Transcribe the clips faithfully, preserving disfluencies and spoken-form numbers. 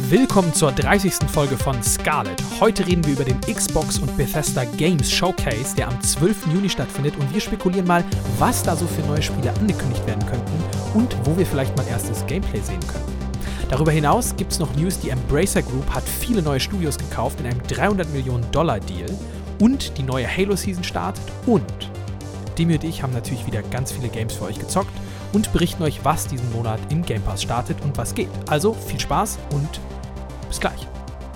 Willkommen zur dreißigsten Folge von Scarlet. Heute reden wir über den Xbox und Bethesda Games Showcase, der am zwölften Juni stattfindet, und wir spekulieren mal, was da so für neue Spiele angekündigt werden könnten und wo wir vielleicht mal erstes Gameplay sehen könnten. Darüber hinaus gibt es noch News, die Embracer Group hat viele neue Studios gekauft in einem dreihundert Millionen Dollar Deal und die neue Halo-Season startet und Demi und ich haben natürlich wieder ganz viele Games für euch gezockt und berichten euch, was diesen Monat im Game Pass startet und was geht. Also viel Spaß und bis gleich.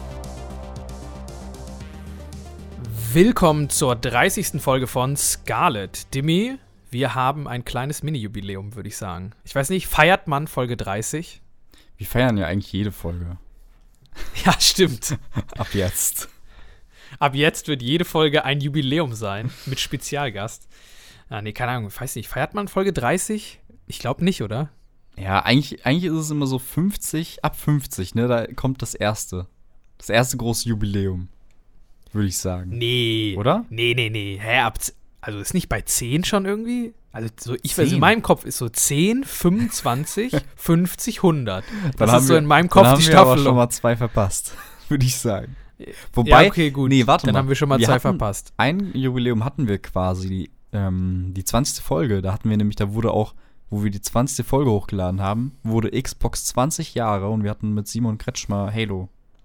Willkommen zur dreißigsten Folge von Scarlet. Demi, wir haben ein kleines Mini-Jubiläum, würde ich sagen. Ich weiß nicht, feiert man Folge dreißig? Wir feiern ja eigentlich jede Folge. Ja, stimmt. Ab jetzt. Ab jetzt wird jede Folge ein Jubiläum sein, mit Spezialgast. Ah, nee, keine Ahnung, ich weiß nicht, feiert man Folge dreißig? Ich glaube nicht, oder? Ja, eigentlich, eigentlich ist es immer so fünfzig, ab fünfzig, ne, da kommt das erste. Das erste große Jubiläum, würde ich sagen. Nee. Oder? Nee, nee, nee. Hä, ab, z- also ist nicht bei zehn schon irgendwie? Also so, ich weiß, zehn. in meinem Kopf ist so zehn, fünfundzwanzig, fünfzig, hundert. Das Dann ist haben so wir- in meinem Kopf Dann die haben wir aber Staffelung. schon mal zwei verpasst, würde ich sagen. Wobei, ja, okay, gut. nee, warte Dann mal. haben wir schon mal Wir zwei hatten- verpasst. Ein Jubiläum hatten wir quasi, ähm, die zwanzigste Folge. Da hatten wir nämlich, da wurde auch, wo wir die zwanzigste Folge hochgeladen haben, wurde Xbox zwanzig Jahre und wir hatten mit Simon Kretschmer Halo.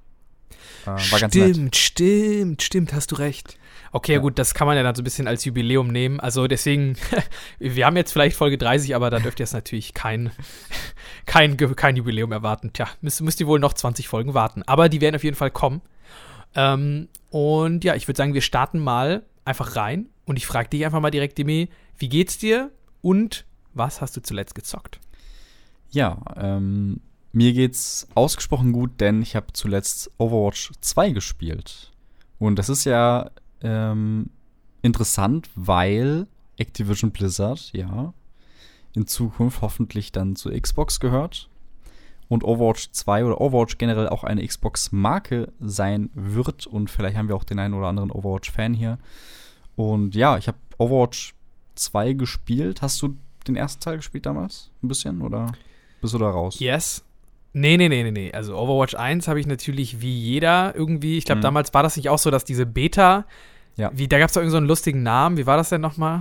Äh, war ganz nett. Stimmt, stimmt, stimmt, hast du recht. Okay, ja. Gut, das kann man ja dann so ein bisschen als Jubiläum nehmen. Also deswegen, wir haben jetzt vielleicht Folge dreißig, aber da dürft ihr jetzt natürlich kein, kein, kein Jubiläum erwarten. Tja, müsst, müsst ihr wohl noch zwanzig Folgen warten. Aber die werden auf jeden Fall kommen. Ähm, und ja, ich würde sagen, wir starten mal einfach rein. Und ich frage dich einfach mal direkt, Demi, wie geht's dir und was hast du zuletzt gezockt? Ja, ähm, mir geht's ausgesprochen gut, denn ich habe zuletzt Overwatch zwei gespielt. Und das ist ja ähm, interessant, weil Activision Blizzard, ja, in Zukunft hoffentlich dann zu Xbox gehört. Und Overwatch zwei oder Overwatch generell auch eine Xbox-Marke sein wird. Und vielleicht haben wir auch den einen oder anderen Overwatch-Fan hier. Und ja, ich habe Overwatch zwei gespielt. Hast du den ersten Teil gespielt damals? Ein bisschen? Oder bist du da raus? Yes. Nee, nee, nee, nee, nee. Also Overwatch eins habe ich natürlich wie jeder irgendwie. Ich glaube, Mhm. damals war das nicht auch so, dass diese Beta, Ja. wie, da gab es doch irgend so einen lustigen Namen. Wie war das denn nochmal?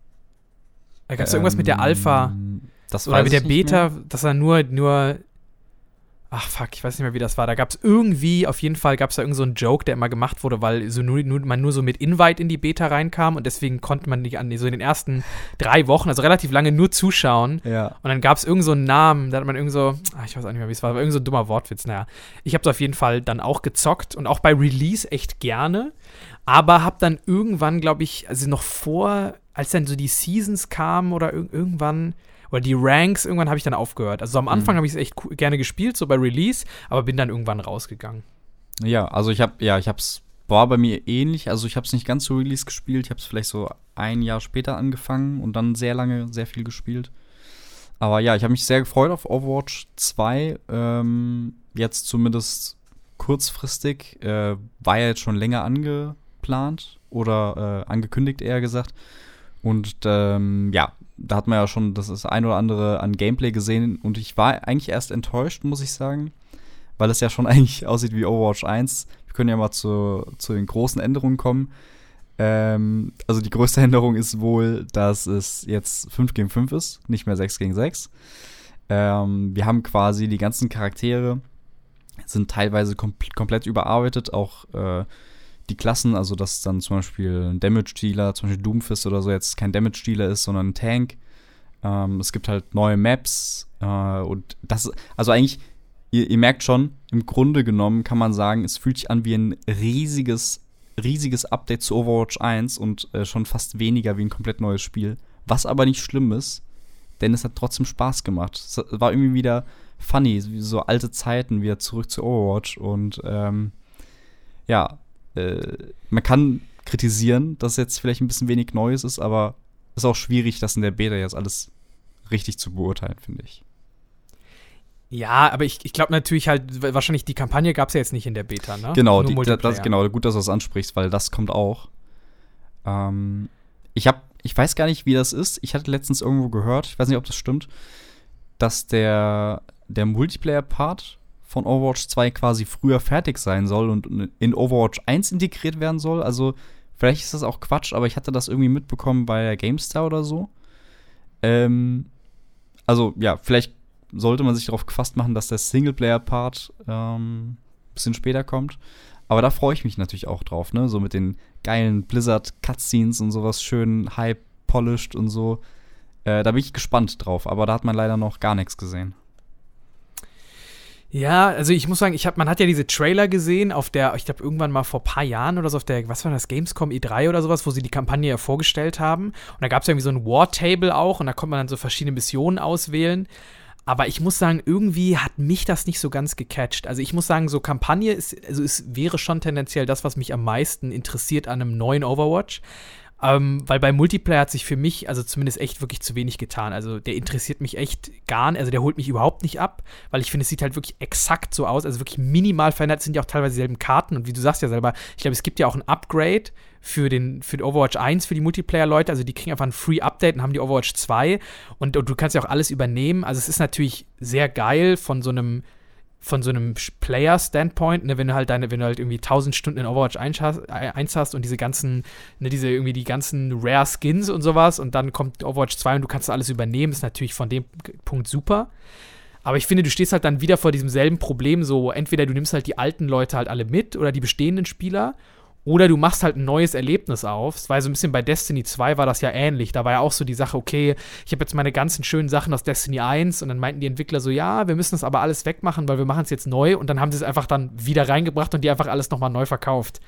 Da gab es irgendwas mit der Alpha. Ähm, Das Oder weiß mit der ich nicht Beta, mehr. dass er nur, nur ach fuck, ich weiß nicht mehr, wie das war. Da gab es irgendwie, auf jeden Fall gab es da irgend so einen Joke, der immer gemacht wurde, weil so nur, nur, man nur so mit Invite in die Beta reinkam und deswegen konnte man nicht an so in den ersten drei Wochen, also relativ lange, nur zuschauen. Ja. Und dann gab es irgend so einen Namen, da hat man irgend so, ach, ich weiß auch nicht mehr, wie es war, aber irgend so ein dummer Wortwitz. Naja, ich habe es auf jeden Fall dann auch gezockt und auch bei Release echt gerne, aber habe dann irgendwann, glaube ich, also noch vor, als dann so die Seasons kamen oder ir- irgendwann, oder die Ranks, irgendwann habe ich dann aufgehört. Also so am Anfang Mhm. habe ich es echt cool, gerne gespielt, so bei Release, aber bin dann irgendwann rausgegangen. Ja, also ich habe, ja, ich hab's, war bei mir ähnlich. Also ich habe es nicht ganz so Release gespielt. Ich habe es vielleicht so ein Jahr später angefangen und dann sehr lange, sehr viel gespielt. Aber ja, ich habe mich sehr gefreut auf Overwatch zwei. Ähm, jetzt zumindest kurzfristig. Äh, war ja jetzt schon länger angeplant oder äh, angekündigt, eher gesagt. Und ähm, ja, da hat man ja schon das, das ein oder andere an Gameplay gesehen. Und ich war eigentlich erst enttäuscht, muss ich sagen. Weil es ja schon eigentlich aussieht wie Overwatch eins. Wir können ja mal zu, zu den großen Änderungen kommen. Ähm, also die größte Änderung ist wohl, dass es jetzt fünf gegen fünf ist, nicht mehr sechs gegen sechs. Ähm, wir haben quasi die ganzen Charaktere, sind teilweise kom- komplett überarbeitet, auch äh, die Klassen, also dass dann zum Beispiel ein Damage-Dealer, zum Beispiel Doomfist oder so, jetzt kein Damage-Dealer ist, sondern ein Tank. Ähm, es gibt halt neue Maps äh, und das, also eigentlich, ihr, ihr merkt schon, im Grunde genommen kann man sagen, es fühlt sich an wie ein riesiges, riesiges Update zu Overwatch eins und äh, schon fast weniger wie ein komplett neues Spiel. Was aber nicht schlimm ist, denn es hat trotzdem Spaß gemacht. Es war irgendwie wieder funny, wie so alte Zeiten, wieder zurück zu Overwatch und ähm, ja, äh, man kann kritisieren, dass jetzt vielleicht ein bisschen wenig Neues ist, aber es ist auch schwierig, das in der Beta jetzt alles richtig zu beurteilen, finde ich. Ja, aber ich, ich glaube natürlich halt, wahrscheinlich die Kampagne gab es ja jetzt nicht in der Beta, ne? Genau, Nur die, Multiplayer. das, genau, gut, dass du das ansprichst, weil das kommt auch. Ähm, ich habe, ich weiß gar nicht, wie das ist. Ich hatte letztens irgendwo gehört, ich weiß nicht, ob das stimmt, dass der, der Multiplayer-Part von Overwatch zwei quasi früher fertig sein soll und in Overwatch eins integriert werden soll. Also vielleicht ist das auch Quatsch, aber ich hatte das irgendwie mitbekommen bei der GameStar oder so. Ähm, also ja, vielleicht sollte man sich darauf gefasst machen, dass der Singleplayer-Part ähm, ein bisschen später kommt. Aber da freue ich mich natürlich auch drauf, ne? So mit den geilen Blizzard-Cutscenes und sowas schön high-polished und so. Äh, da bin ich gespannt drauf, aber da hat man leider noch gar nichts gesehen. Ja, also ich muss sagen, ich hab, man hat ja diese Trailer gesehen auf der, ich glaube irgendwann mal vor ein paar Jahren oder so, auf der, was war das, Gamescom E drei oder sowas, wo sie die Kampagne ja vorgestellt haben. Und da gab es ja irgendwie so ein War-Table auch und da konnte man dann so verschiedene Missionen auswählen. Aber ich muss sagen, irgendwie hat mich das nicht so ganz gecatcht. Also ich muss sagen, so Kampagne ist, also es wäre schon tendenziell das, was mich am meisten interessiert an einem neuen Overwatch. Ähm, weil bei Multiplayer hat sich für mich, also zumindest echt wirklich zu wenig getan. Also der interessiert mich echt gar nicht, also der holt mich überhaupt nicht ab, weil ich finde, es sieht halt wirklich exakt so aus, also wirklich minimal verändert, es sind ja auch teilweise dieselben Karten und wie du sagst ja selber, ich glaube, es gibt ja auch ein Upgrade für den, für den Overwatch eins, für die Multiplayer-Leute, also die kriegen einfach ein Free-Update und haben die Overwatch zwei und, und du kannst ja auch alles übernehmen, also es ist natürlich sehr geil von so einem von so einem Player-Standpoint, ne, wenn du halt deine, wenn du halt irgendwie tausend Stunden in Overwatch eins hast und diese ganzen, ne, diese irgendwie die ganzen Rare Skins und sowas und dann kommt Overwatch zwei und du kannst alles übernehmen, ist natürlich von dem Punkt super. Aber ich finde, du stehst halt dann wieder vor diesem selben Problem, so entweder du nimmst halt die alten Leute halt alle mit oder die bestehenden Spieler oder du machst halt ein neues Erlebnis auf. Es war so ein bisschen bei Destiny zwei war das ja ähnlich. Da war ja auch so die Sache, okay, ich habe jetzt meine ganzen schönen Sachen aus Destiny eins und dann meinten die Entwickler so, ja, wir müssen das aber alles wegmachen, weil wir machen es jetzt neu und dann haben sie es einfach dann wieder reingebracht und die einfach alles nochmal neu verkauft.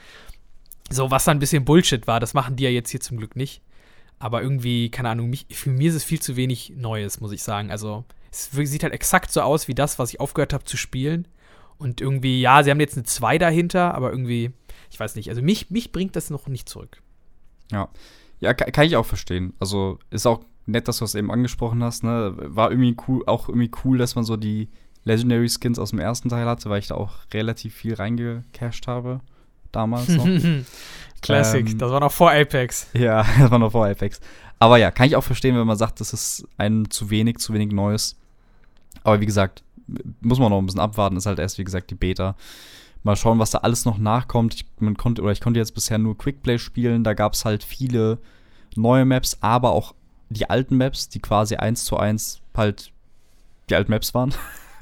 So, was dann ein bisschen Bullshit war, das machen die ja jetzt hier zum Glück nicht. Aber irgendwie, keine Ahnung, mich, für mich ist es viel zu wenig Neues, muss ich sagen. Also, es sieht halt exakt so aus wie das, was ich aufgehört habe zu spielen. Und irgendwie, ja, sie haben jetzt eine zwei dahinter, aber irgendwie, ich weiß nicht, also mich, mich bringt das noch nicht zurück. Ja, ja, kann, kann ich auch verstehen. Also ist auch nett, dass du es eben angesprochen hast, ne? War irgendwie cool, auch irgendwie cool, dass man so die Legendary Skins aus dem ersten Teil hatte, weil ich da auch relativ viel reingecached habe, damals noch. Classic, ähm, das war noch vor Apex. Ja, das war noch vor Apex. Aber ja, kann ich auch verstehen, wenn man sagt, das ist einem zu wenig, zu wenig Neues. Aber wie gesagt, muss man noch ein bisschen abwarten, ist halt erst, wie gesagt, die Beta. Mal schauen, was da alles noch nachkommt. Ich, man konnte, oder ich konnte jetzt bisher nur Quickplay spielen. Da gab es halt viele neue Maps, aber auch die alten Maps, die quasi eins zu eins halt die alten Maps waren.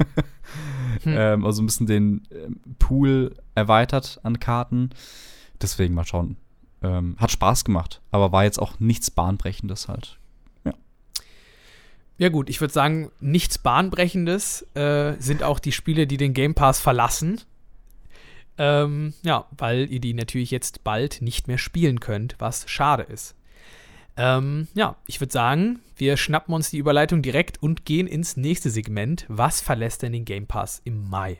hm. ähm, also ein bisschen den ähm, Pool erweitert an Karten. Deswegen mal schauen. Ähm, hat Spaß gemacht, aber war jetzt auch nichts Bahnbrechendes halt. Ja. Ja gut, ich würde sagen, nichts Bahnbrechendes äh, sind auch die Spiele, die den Game Pass verlassen. Ähm, ja, weil ihr die natürlich jetzt bald nicht mehr spielen könnt, was schade ist. Ähm, ja, ich würde sagen, wir schnappen uns die Überleitung direkt und gehen ins nächste Segment. Was verlässt denn den Game Pass im Mai?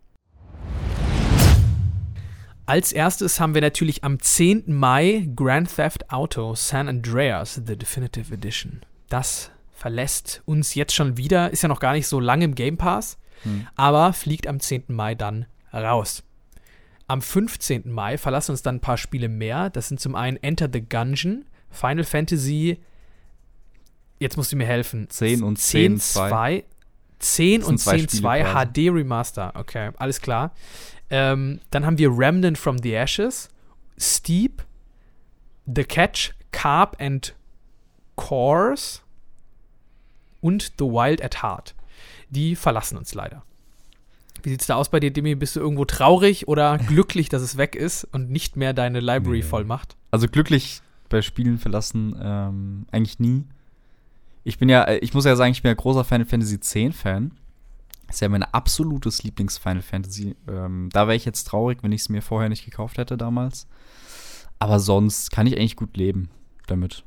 Als erstes haben wir natürlich am zehnten Mai Grand Theft Auto San Andreas, The Definitive Edition. Das verlässt uns jetzt schon wieder, ist ja noch gar nicht so lange im Game Pass, hm. aber fliegt am zehnten Mai dann raus. Am fünfzehnten Mai verlassen uns dann ein paar Spiele mehr. Das sind zum einen Enter the Gungeon, Final Fantasy, jetzt musst du mir helfen. zehn und zehn zwei zehn und zehn zwei H D Remaster, okay, alles klar. Ähm, dann haben wir Remnant from the Ashes, Steep, The Catch, Carp and Course und The Wild at Heart. Die verlassen uns leider. Wie sieht's da aus bei dir, Demi? Bist du irgendwo traurig oder glücklich, dass es weg ist und nicht mehr deine Library nee. voll macht? Also glücklich bei Spielen verlassen ähm, eigentlich nie. Ich bin ja, ich muss ja sagen, ich bin ja großer Final Fantasy X Fan. Ist ja mein absolutes Lieblings-Final Fantasy. Ähm, da wäre ich jetzt traurig, wenn ich es mir vorher nicht gekauft hätte damals. Aber sonst kann ich eigentlich gut leben damit.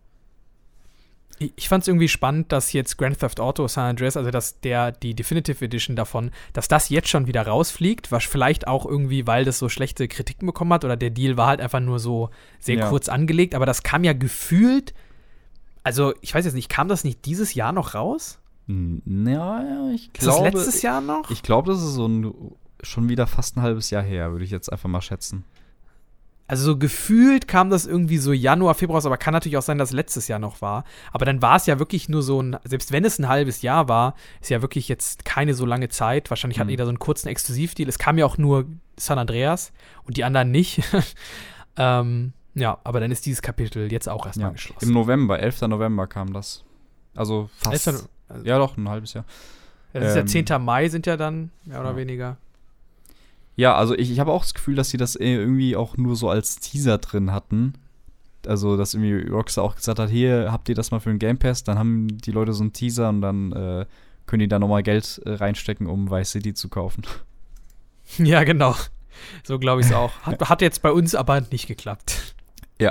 Ich fand es irgendwie spannend, dass jetzt Grand Theft Auto San Andreas, also dass der, die Definitive Edition davon, dass das jetzt schon wieder rausfliegt, was vielleicht auch irgendwie, weil das so schlechte Kritiken bekommen hat oder der Deal war halt einfach nur so sehr ja. kurz angelegt, aber das kam ja gefühlt, also ich weiß jetzt nicht, kam das nicht dieses Jahr noch raus? Ja, ich glaube. Ist das letztes Jahr noch? Ich glaube, das ist so ein, schon wieder fast ein halbes Jahr her, würde ich jetzt einfach mal schätzen. Also so gefühlt kam das irgendwie so Januar, Februar, aber kann natürlich auch sein, dass letztes Jahr noch war. Aber dann war es ja wirklich nur so ein, selbst wenn es ein halbes Jahr war, ist ja wirklich jetzt keine so lange Zeit. Wahrscheinlich hatten die da so einen kurzen Exklusivdeal. Es kam ja auch nur San Andreas und die anderen nicht. ähm, ja, aber dann ist dieses Kapitel jetzt auch erstmal ja, geschlossen. Im November, elfter November kam das. Also fast. elfter Also, ja, doch, ein halbes Jahr. Das ist ähm, ja zehnter Mai sind ja dann, mehr oder ja. weniger. Ja, also ich, ich habe auch das Gefühl, dass sie das irgendwie auch nur so als Teaser drin hatten. Also, dass irgendwie Rockstar auch gesagt hat, hier, habt ihr das mal für den Game Pass? Dann haben die Leute so einen Teaser und dann äh, können die da nochmal Geld äh, reinstecken, um Vice City zu kaufen. Ja, genau. So glaube ich es auch. Hat, hat jetzt bei uns aber nicht geklappt. Ja.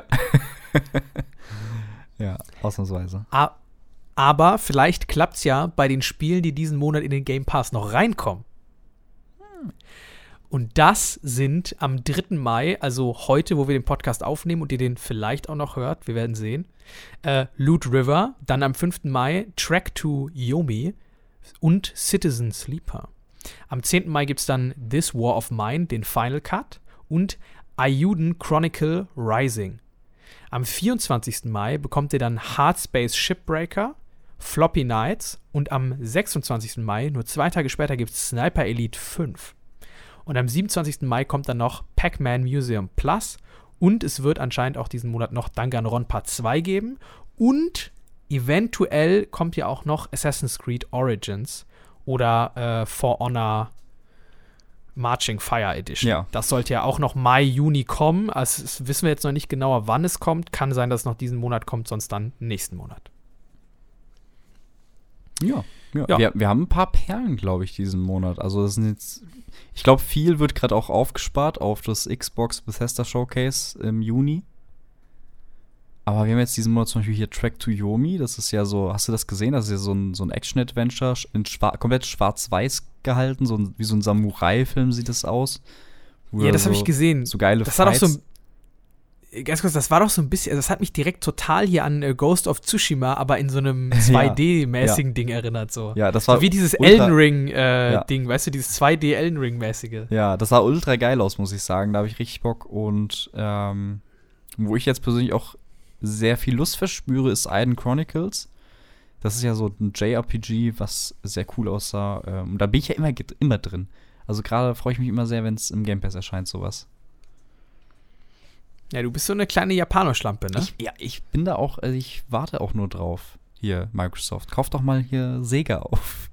Ja, ausnahmsweise. A- aber vielleicht klappt es ja bei den Spielen, die diesen Monat in den Game Pass noch reinkommen. Und das sind am dritten Mai, also heute, wo wir den Podcast aufnehmen und ihr den vielleicht auch noch hört, wir werden sehen, äh, Loot River, dann am fünften Mai Track to Yomi und Citizen Sleeper. Am zehnten Mai gibt es dann This War of Mine, den Final Cut, und Ayuden Chronicle Rising. Am vierundzwanzigsten Mai bekommt ihr dann Hardspace Shipbreaker, Floppy Nights und am sechsundzwanzigsten Mai, nur zwei Tage später, gibt es Sniper Elite fünf. Und am siebenundzwanzigsten Mai kommt dann noch Pac-Man Museum Plus und es wird anscheinend auch diesen Monat noch Danganronpa zwei geben und eventuell kommt ja auch noch Assassin's Creed Origins oder äh, For Honor Marching Fire Edition. Ja. Das sollte ja auch noch Mai, Juni kommen. Also das wissen wir jetzt noch nicht genauer, wann es kommt. Kann sein, dass es noch diesen Monat kommt, sonst dann nächsten Monat. Ja. Ja, Ja. Wir, wir haben ein paar Perlen, glaube ich, diesen Monat. Also das sind jetzt, ich glaube, viel wird gerade auch aufgespart auf das Xbox Bethesda Showcase im Juni. Aber wir haben jetzt diesen Monat zum Beispiel hier Track to Yomi. Das ist ja so, hast du das gesehen? Das ist ja so ein, so ein Action-Adventure, in schwa- komplett schwarz-weiß gehalten. So ein, wie so ein Samurai-Film sieht das aus. Wo Ja, das so, habe ich gesehen. So geile Das war doch so Fights. ein Ganz kurz, das war doch so ein bisschen, also das hat mich direkt total hier an äh, Ghost of Tsushima, aber in so einem zwei D-mäßigen ja. Ding erinnert. So. Ja, das war So wie dieses ultra- Elden Ring-Ding, äh, Ja. Ding, weißt du, dieses zwei D Elden Ring-mäßige. Ja, das sah ultra geil aus, muss ich sagen. Da habe ich richtig Bock. Und ähm, wo ich jetzt persönlich auch sehr viel Lust verspüre, ist Iden Chronicles. Das ist ja so ein J R P G, was sehr cool aussah. Ähm, und da bin ich ja immer, immer drin. Also gerade freue ich mich immer sehr, wenn es im Game Pass erscheint, sowas. Ja, du bist so eine kleine Japanerschlampe, ne? Ich, ja, ich bin da auch, also ich warte auch nur drauf. Hier, Microsoft. Kauf doch mal hier Sega auf.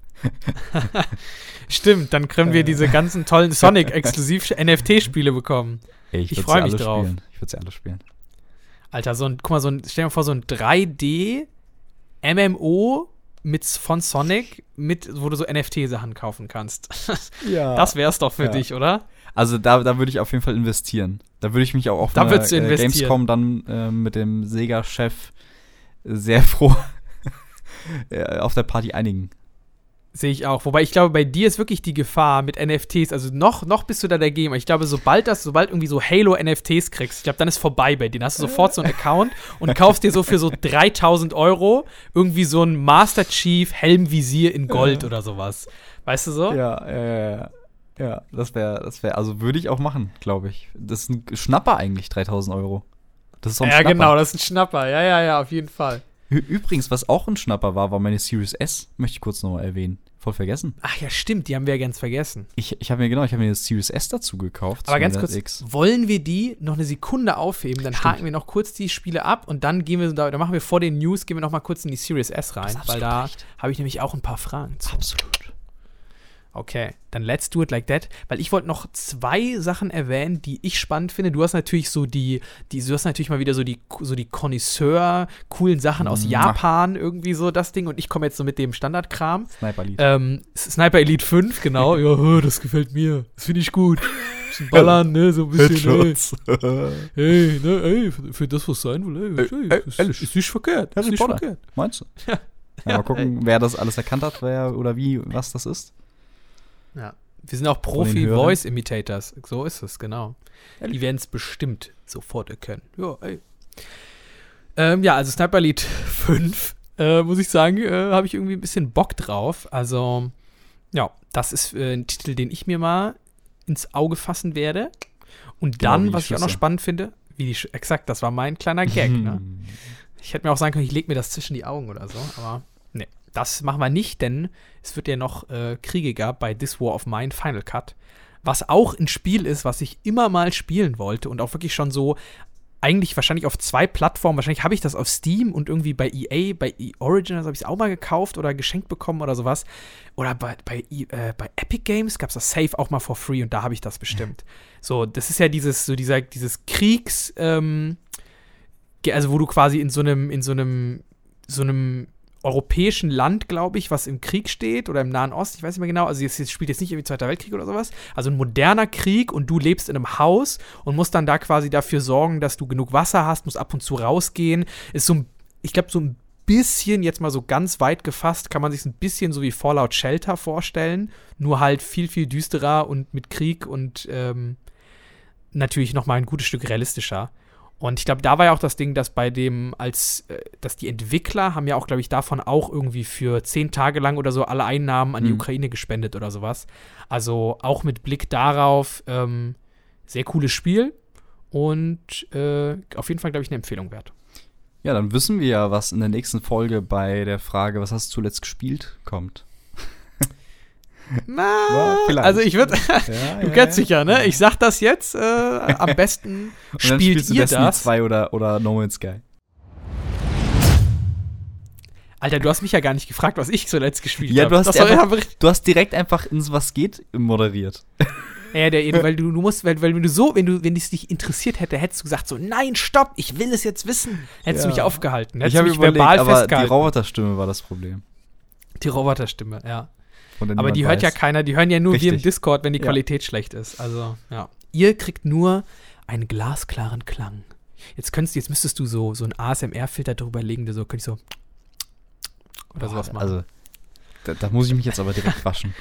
Stimmt, dann können wir diese ganzen tollen Sonic-Exklusiv-N F T-Spiele bekommen. Ey, Ich würd freu sie mich alle drauf. Spielen. Ich würde sie alle spielen. Alter, so ein, guck mal, so ein, stell dir mal vor, so ein drei D M M O mit, von Sonic, mit, wo du so N F T-Sachen kaufen kannst. Ja. Das wär's doch für Ja. dich, oder? Also da, da würde ich auf jeden Fall investieren. Da würde ich mich auch auf Da einer würdest du äh, investieren. Gamescom dann äh, mit dem Sega-Chef sehr froh äh, auf der Party einigen. Sehe ich auch. Wobei ich glaube, bei dir ist wirklich die Gefahr mit N F Ts, also noch, noch bist du da der Gamer. Ich glaube, sobald das, sobald irgendwie so Halo-N F Ts kriegst, ich glaube, dann ist vorbei bei dir. Dann hast du sofort so einen Account und kaufst dir so für so dreitausend Euro irgendwie so ein Master Chief Helmvisier in Gold Ja. oder sowas. Weißt du so? Ja, ja, ja. Ja, das wäre, das wäre, also würde ich auch machen, glaube ich. Das ist ein Schnapper eigentlich, dreitausend Euro. Das ist so ein Ja, Schnapper. genau, das ist ein Schnapper. Ja, ja, ja, auf jeden Fall. Ü- Übrigens, was auch ein Schnapper war, war meine Series S, möchte ich kurz nochmal erwähnen. Voll vergessen. Ach ja, stimmt, die haben wir ja ganz vergessen. Ich, ich habe mir, genau, ich habe mir eine Series S dazu gekauft. Aber zu ganz meiner kurz, X. wollen wir die noch eine Sekunde aufheben? Dann Stimmt. haken wir noch kurz die Spiele ab und dann gehen wir, da, da machen wir vor den News, gehen wir noch mal kurz in die Series S rein, hast weil absolut da recht. habe ich nämlich auch ein paar Fragen zu. Absolut. Okay, dann let's do it like that. Weil ich wollte noch zwei Sachen erwähnen, die ich spannend finde. Du hast natürlich so die, die du hast natürlich mal wieder so die, so die Connoisseur, coolen Sachen aus Mua. Japan, irgendwie so das Ding. Und ich komme jetzt so mit dem Standardkram. Sniper Elite. Ähm, Sniper Elite fünf, genau. Ja, hö, das gefällt mir. Das finde ich gut. Bisschen ballern, ne, so ein bisschen, ey. Ey, ne, ey, für, für das, was sein will, ey, Ey, ey, ey, ist, ehrlich. ist nicht verkehrt. Ist Harry nicht Potter. verkehrt. Meinst du? Ja. Ja, mal gucken, wer das alles erkannt hat, wer oder wie, was das ist. Ja. Wir sind auch Von den Hörern. Profi-Voice-Imitators. So ist es, genau. Ehrlich? Die werden es bestimmt sofort erkennen. Ja, ey. Ähm, ja, also Sniper Elite fünf, äh, muss ich sagen, äh, habe ich irgendwie ein bisschen Bock drauf. Also, ja, das ist äh, ein Titel, den ich mir mal ins Auge fassen werde. Und Genau, dann, wie die was ich auch noch Schüsse. spannend finde, wie die Sch- exakt, das war mein kleiner Gag, ne? Ich hätte mir auch sagen können, ich lege mir das zwischen die Augen oder so, aber nee, das machen wir nicht, denn es wird ja noch äh, Kriege gab bei This War of Mine Final Cut, was auch ein Spiel ist, was ich immer mal spielen wollte und auch wirklich schon so eigentlich wahrscheinlich auf zwei Plattformen, wahrscheinlich habe ich das auf Steam und irgendwie bei E A, bei E Origins habe ich es auch mal gekauft oder geschenkt bekommen oder sowas. Oder bei, bei, E- äh, bei Epic Games gab es das Safe auch mal for free und da habe ich das bestimmt. So, das ist ja dieses, so dieser, dieses Kriegs, ähm, ge- also wo du quasi in so einem, in so einem, so einem europäischen Land, glaube ich, was im Krieg steht oder im Nahen Osten, ich weiß nicht mehr genau, also es spielt jetzt nicht irgendwie Zweiter Weltkrieg oder sowas, also ein moderner Krieg und du lebst in einem Haus und musst dann da quasi dafür sorgen, dass du genug Wasser hast, musst ab und zu rausgehen, ist so ein, ich glaube so ein bisschen, jetzt mal so ganz weit gefasst, kann man sich ein bisschen so wie Fallout Shelter vorstellen, nur halt viel, viel düsterer und mit Krieg und ähm, natürlich noch mal ein gutes Stück realistischer. Und ich glaube, da war ja auch das Ding, dass bei dem, als, äh, dass die Entwickler haben ja auch, glaube ich, davon auch irgendwie für zehn Tage lang oder so alle Einnahmen an die Mhm. Ukraine gespendet oder sowas. Also auch mit Blick darauf, ähm, sehr cooles Spiel und äh, auf jeden Fall, glaube ich, eine Empfehlung wert. Ja, dann wissen wir ja, was in der nächsten Folge bei der Frage, was hast du zuletzt gespielt, kommt. Na, Ja, vielleicht. also ich würde, Ja, du kennst dich ja, ne? Ich sag das jetzt, äh, am besten Und dann spielt spielst du ihr Destiny das. zwei oder, oder No Man's Sky. Alter, du hast mich ja gar nicht gefragt, was ich zuletzt gespielt habe. Ja, du hast, Das war ja einfach, du hast direkt einfach ins Was geht moderiert. Ja, der, weil du, du musst, weil, weil wenn du so, wenn du, wenn es dich interessiert hätte, hättest du gesagt so, nein, stopp, ich will es jetzt wissen. Hättest Ja. du mich aufgehalten, hättest Ich habe du mich überlegt, verbal aber die festgehalten. Roboterstimme war das Problem. Die Roboterstimme, ja. Von der Aber die niemand hört ja weiß. keiner, die hören ja nur wir im Richtig. Discord, wenn die Ja. Qualität schlecht ist. Also, ja. Ihr kriegt nur einen glasklaren Klang. Jetzt könntest, jetzt müsstest du so, so einen A S M R-Filter drüber legen, der so, könnte ich so oder sowas Boah, machen. Also, da, da muss ich mich jetzt aber direkt waschen.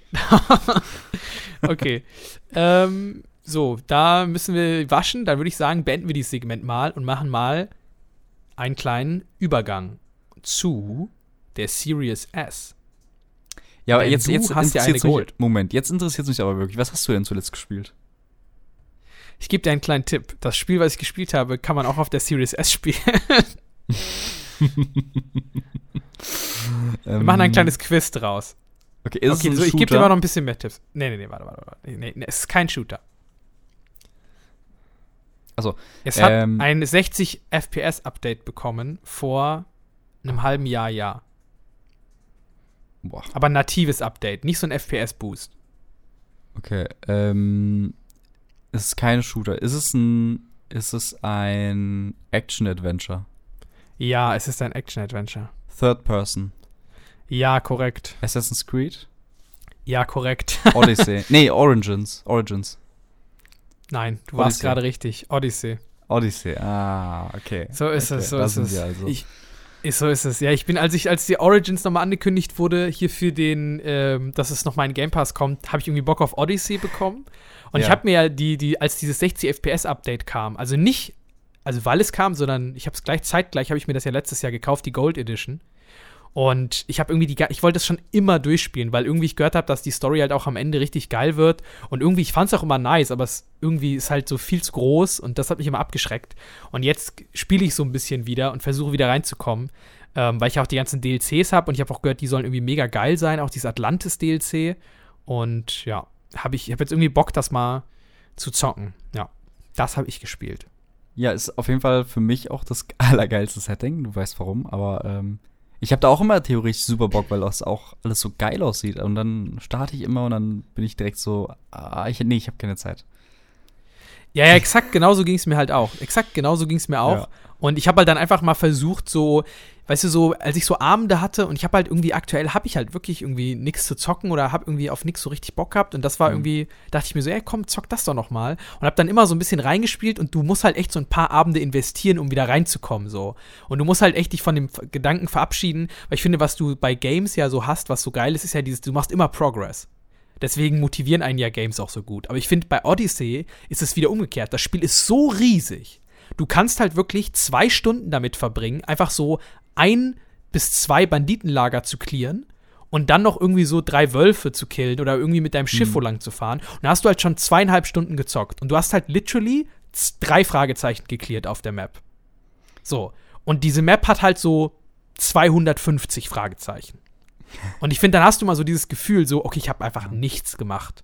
Okay. ähm, so, da müssen wir waschen. Dann würde ich sagen, beenden wir dieses Segment mal und machen mal einen kleinen Übergang zu der Series S. Ja, aber Denn jetzt, du jetzt hast ja eine interessiert's mich, geholt. Moment, jetzt interessiert es mich aber wirklich. Was hast du denn zuletzt gespielt? Ich gebe dir einen kleinen Tipp. Das Spiel, was ich gespielt habe, kann man auch auf der Series S spielen. Wir machen ein kleines Quiz draus. Okay, ist Okay, es ein so, ich gebe dir Shooter? mal noch ein bisschen mehr Tipps. Nee, nee, nee, warte, warte, warte. Nee, nee, es ist kein Shooter. Also, Es hat ähm, ein sechzig F P S-Update bekommen vor einem halben Jahr, ja. Boah, Aber ein natives Update, nicht so ein F P S-Boost. okay. Ähm, es ist kein Shooter. Ist es ein, ist es ein Action-Adventure? Ja, es ist ein Action-Adventure. Third Person? Ja, korrekt. Assassin's Creed? Ja, korrekt. Odyssey? Nee, Origins. Origins. Nein, du warst Odyssey. gerade richtig. Odyssey. Odyssey, ah, okay. So ist okay, es, so da ist sind es. wir also. Ich, ich, so ist es. Ja, ich bin, als ich, als die Origins nochmal angekündigt wurde, hier für den, ähm, dass es nochmal in Game Pass kommt, habe ich irgendwie Bock auf Odyssey bekommen. Und Ja. ich habe mir ja die, die, als dieses sechzig F P S-Update kam, also nicht, also weil es kam, sondern ich habe es gleich zeitgleich, habe ich mir das ja letztes Jahr gekauft, die Gold Edition. Und ich habe irgendwie die, ich wollte es schon immer durchspielen, weil irgendwie ich gehört habe, dass die Story halt auch am Ende richtig geil wird. Und irgendwie, ich fand es auch immer nice, aber es irgendwie ist halt so viel zu groß und das hat mich immer abgeschreckt. Und jetzt spiele ich so ein bisschen wieder und versuche wieder reinzukommen, ähm, weil ich auch die ganzen D L Cs habe und ich habe auch gehört, die sollen irgendwie mega geil sein, auch dieses Atlantis-D L C. Und ja, habe ich, ich habe jetzt irgendwie Bock, das mal zu zocken. Ja, das habe ich gespielt. Ja, ist auf jeden Fall für mich auch das allergeilste Setting. Du weißt warum, aber ähm, ich habe da auch immer theoretisch super Bock, weil das auch alles so geil aussieht. Und dann starte ich immer und dann bin ich direkt so, ah, ich, nee, ich habe keine Zeit. Ja, ja, exakt genauso ging es mir halt auch. Exakt genauso ging es mir auch. Ja. Und ich habe halt dann einfach mal versucht, so, weißt du, so, als ich so Abende hatte und ich habe halt irgendwie, aktuell habe ich halt wirklich irgendwie nichts zu zocken oder habe irgendwie auf nichts so richtig Bock gehabt und das war Mhm. irgendwie, dachte ich mir so, ey, komm, zock das doch noch mal und habe dann immer so ein bisschen reingespielt und du musst halt echt so ein paar Abende investieren, um wieder reinzukommen, so. Und du musst halt echt dich von dem F- Gedanken verabschieden, weil ich finde, was du bei Games ja so hast, was so geil ist, ist ja dieses, du machst immer Progress. Deswegen motivieren einen ja Games auch so gut. Aber ich finde, bei Odyssey ist es wieder umgekehrt. Das Spiel ist so riesig. Du kannst halt wirklich zwei Stunden damit verbringen, einfach so ein bis zwei Banditenlager zu clearen. und dann noch irgendwie so drei Wölfe zu killen oder irgendwie mit deinem Schiff Mhm. wo lang zu fahren. Und da hast du halt schon zweieinhalb Stunden gezockt. Und du hast halt literally z- drei Fragezeichen geklärt auf der Map. So. Und diese Map hat halt so zweihundertfünfzig Fragezeichen. Und ich finde, dann hast du mal so dieses Gefühl, so, okay, ich habe einfach nichts gemacht.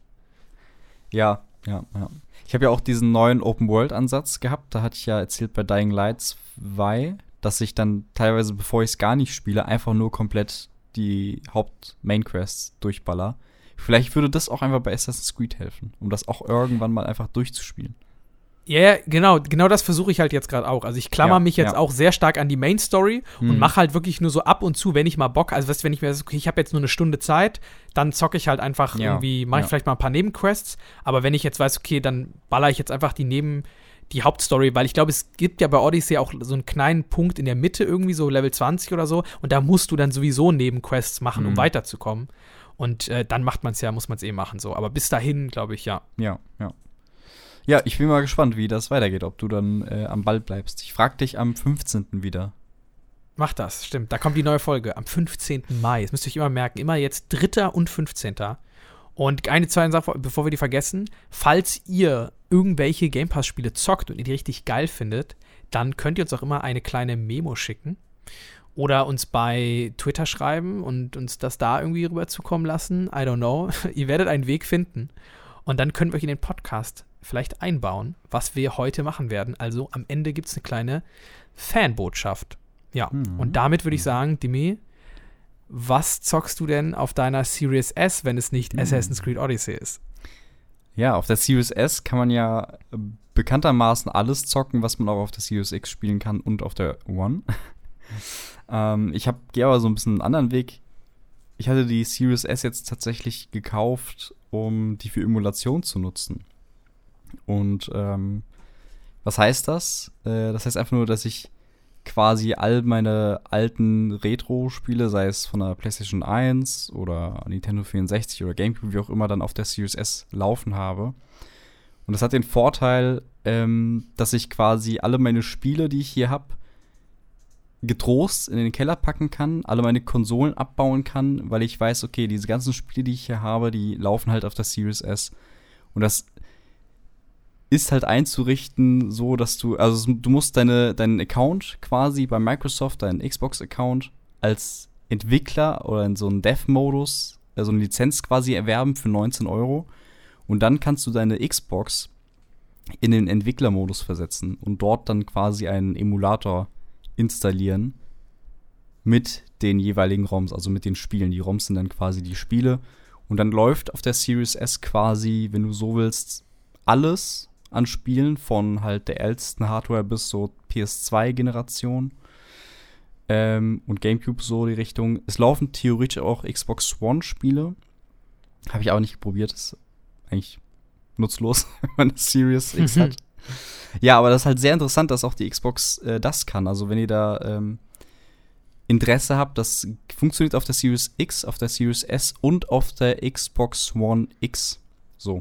Ja, ja, ja. Ich habe ja auch diesen neuen Open-World-Ansatz gehabt. Da hatte ich ja erzählt bei Dying Light zwei, dass ich dann teilweise, bevor ich es gar nicht spiele, einfach nur komplett die Haupt-Main-Quests durchballer. Vielleicht würde das auch einfach bei Assassin's Creed helfen, um das auch irgendwann mal einfach durchzuspielen. Ja, yeah, genau, genau das versuche ich halt jetzt gerade auch. Also ich klammer Ja, mich jetzt ja. auch sehr stark an die Main-Story und Mhm. mache halt wirklich nur so ab und zu, wenn ich mal Bock, also weißt du, wenn ich mir, okay, ich habe jetzt nur eine Stunde Zeit, dann zocke ich halt einfach Ja, irgendwie, mache ich ja. vielleicht mal ein paar Nebenquests, aber wenn ich jetzt weiß, okay, dann baller ich jetzt einfach die Neben, die Hauptstory, weil ich glaube, es gibt ja bei Odyssey auch so einen kleinen Punkt in der Mitte irgendwie, so Level zwanzig oder so, und da musst du dann sowieso Nebenquests machen, um Mhm. weiterzukommen. Und äh, dann macht man es ja, muss man es eh machen, so. Aber bis dahin, glaube ich, ja. Ja, ja. Ja, ich bin mal gespannt, wie das weitergeht, ob du dann äh, am Ball bleibst. Ich frag dich am fünfzehnten wieder. Mach das, stimmt. Da kommt die neue Folge am fünfzehnten Mai. Das müsst ihr euch immer merken. Immer jetzt dritter und fünfzehnter Und eine zweite Sache, bevor wir die vergessen. Falls ihr irgendwelche Game Pass-Spiele zockt und ihr die richtig geil findet, dann könnt ihr uns auch immer eine kleine Memo schicken. Oder uns bei Twitter schreiben und uns das da irgendwie rüber zukommen lassen. I don't know. Ihr werdet einen Weg finden. Und dann können wir euch in den Podcast vielleicht einbauen, was wir heute machen werden. Also am Ende gibt es eine kleine Fanbotschaft. Ja, Mhm. und damit würde ich sagen, Dimi, was zockst du denn auf deiner Series S, wenn es nicht Mhm. Assassin's Creed Odyssey ist? Ja, auf der Series S kann man ja äh, bekanntermaßen alles zocken, was man auch auf der Series X spielen kann und auf der One. ähm, ich habe gehe aber so ein bisschen einen anderen Weg. Ich hatte die Series S jetzt tatsächlich gekauft, um die für Emulation zu nutzen. Und ähm, was heißt das? Äh, das heißt einfach nur, dass ich quasi all meine alten Retro-Spiele, sei es von der PlayStation eins oder Nintendo vierundsechzig oder GameCube, wie auch immer, dann auf der Series S laufen habe. Und das hat den Vorteil, ähm, dass ich quasi alle meine Spiele, die ich hier habe, getrost in den Keller packen kann, alle meine Konsolen abbauen kann, weil ich weiß, okay, diese ganzen Spiele, die ich hier habe, die laufen halt auf der Series S. Und das ist halt einzurichten, so dass du, also du musst deine, deinen Account quasi bei Microsoft, deinen Xbox-Account als Entwickler oder in so einen Dev-Modus, also eine Lizenz quasi erwerben für neunzehn Euro. Und dann kannst du deine Xbox in den Entwicklermodus versetzen und dort dann quasi einen Emulator installieren mit den jeweiligen ROMs, also mit den Spielen. Die ROMs sind dann quasi die Spiele. Und dann läuft auf der Series S quasi, wenn du so willst, alles an Spielen von halt der ältesten Hardware bis so P S zwei Generation ähm, und GameCube so die Richtung. Es laufen theoretisch auch Xbox One Spiele. Habe ich aber nicht probiert. Ist eigentlich nutzlos, wenn man eine Series X hat. Ja, aber das ist halt sehr interessant, dass auch die Xbox äh, das kann. Also wenn ihr da ähm, Interesse habt, das funktioniert auf der Series X, auf der Series S und auf der Xbox One X. So.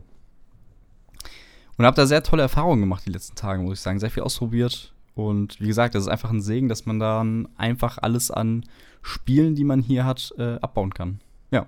Und habe da sehr tolle Erfahrungen gemacht die letzten Tage, muss ich sagen. Sehr viel ausprobiert. Und wie gesagt, das ist einfach ein Segen, dass man dann einfach alles an Spielen, die man hier hat, äh, abbauen kann. Ja.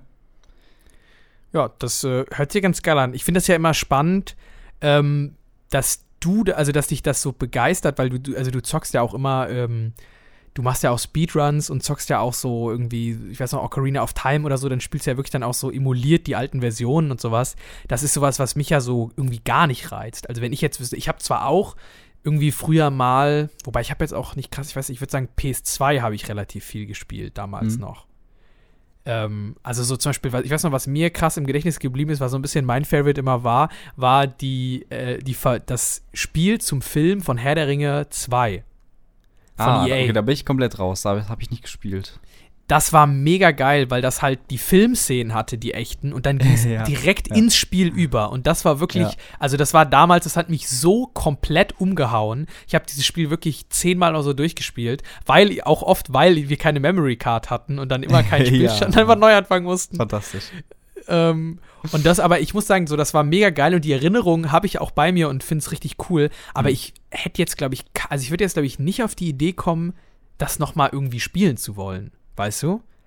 Ja, das äh, hört sich ganz geil an. Ich finde das ja immer spannend, ähm, dass du, also dass dich das so begeistert, weil du, also du zockst ja auch immer, ähm, du machst ja auch Speedruns und zockst ja auch so irgendwie, ich weiß noch, Ocarina of Time oder so, dann spielst du ja wirklich dann auch so emuliert die alten Versionen und sowas. Das ist sowas, was mich ja so irgendwie gar nicht reizt. Also wenn ich jetzt wüsste, ich habe zwar auch irgendwie früher mal, wobei ich habe jetzt auch nicht krass, ich weiß, ich würde sagen, P S zwei habe ich relativ viel gespielt, damals Mhm. noch. Ähm, also so zum Beispiel, ich weiß noch, was mir krass im Gedächtnis geblieben ist, was so ein bisschen mein Favorite immer war, war die, äh, die, das Spiel zum Film von Herr der Ringe zwei. Von Ah, E A. okay, da bin ich komplett raus. Da habe ich nicht gespielt. Das war mega geil, weil das halt die Filmszenen hatte, die echten, und dann ging es Ja, direkt ja. ins Spiel über. Und das war wirklich, Ja. also das war damals, das hat mich so komplett umgehauen. Ich habe dieses Spiel wirklich zehnmal oder so durchgespielt, weil auch oft, weil wir keine Memory Card hatten und dann immer keinen Spielstand Ja. einfach neu anfangen mussten. Fantastisch. Ähm, und das aber, ich muss sagen, so, das war mega geil und die Erinnerung habe ich auch bei mir und finde es richtig cool. Aber Mhm. ich hätte jetzt, glaube ich, also ich würde jetzt, glaube ich, nicht auf die Idee kommen, das nochmal irgendwie spielen zu wollen. Weißt du?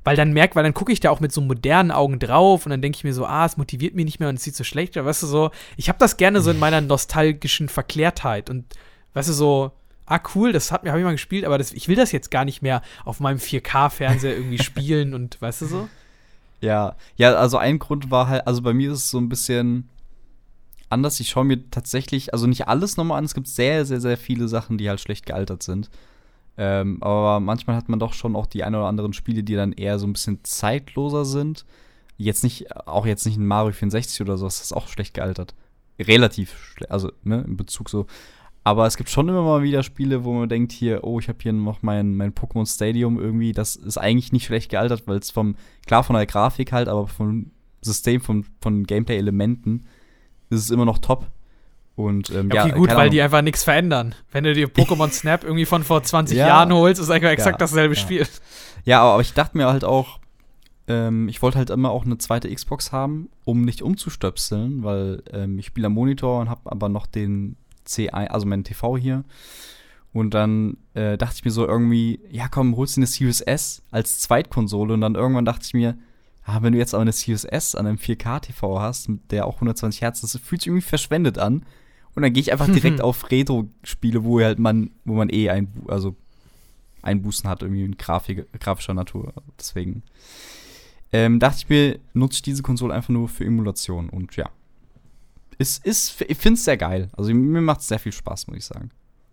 Weil dann merkt, weil dann gucke ich da auch mit so modernen Augen drauf und dann denke ich mir so, ah, es motiviert mich nicht mehr und es sieht so schlecht aus. Weißt du, so, ich habe das gerne so in meiner nostalgischen Verklärtheit und, weißt du, so, ah, cool, das hat mir, habe ich mal gespielt, aber das, ich will das jetzt gar nicht mehr auf meinem vier K-Fernseher irgendwie spielen und, weißt du, so? Ja, ja, also ein Grund war halt, also bei mir ist es so ein bisschen anders. Ich schaue mir tatsächlich, also nicht alles nochmal an, es gibt sehr, sehr, sehr viele Sachen, die halt schlecht gealtert sind. Ähm, aber manchmal hat man doch schon auch die ein oder anderen Spiele, die dann eher so ein bisschen zeitloser sind. Jetzt nicht, auch jetzt nicht ein Mario vierundsechzig oder so, das ist auch schlecht gealtert. Relativ schlecht, also ne, in Bezug so. Aber es gibt schon immer mal wieder Spiele, wo man denkt hier, oh, ich habe hier noch mein, mein Pokémon Stadium irgendwie, das ist eigentlich nicht schlecht gealtert, weil es vom, klar von der Grafik halt, aber vom System, von, von Gameplay-Elementen ist es immer noch top. Und, ähm, ja, okay, ja, gut, weil Ahnung. die einfach nichts verändern. Wenn du dir Pokémon Snap irgendwie von vor zwanzig ja, Jahren holst, ist einfach exakt ja, dasselbe ja. Spiel. Ja, aber ich dachte mir halt auch, ähm, ich wollte halt immer auch eine zweite Xbox haben, um nicht umzustöpseln, weil ähm, ich spiele am Monitor und habe aber noch den C eins, also meinen T V hier. Und dann äh, dachte ich mir so irgendwie, ja komm, holst du eine Series S als Zweitkonsole. Und dann irgendwann dachte ich mir, ah, wenn du jetzt aber eine Series S an einem vier K-T V hast, der auch hundertzwanzig Hertz ist, das fühlt sich irgendwie verschwendet an. Und dann gehe ich einfach direkt auf Retro-Spiele, wo halt man, wo man eh ein, also Einbußen hat, irgendwie in Grafik, grafischer Natur. Deswegen ähm, dachte ich mir, nutze ich diese Konsole einfach nur für Emulation. Und ja, es ist, ich finde es sehr geil. Also mir macht es sehr viel Spaß, muss ich sagen.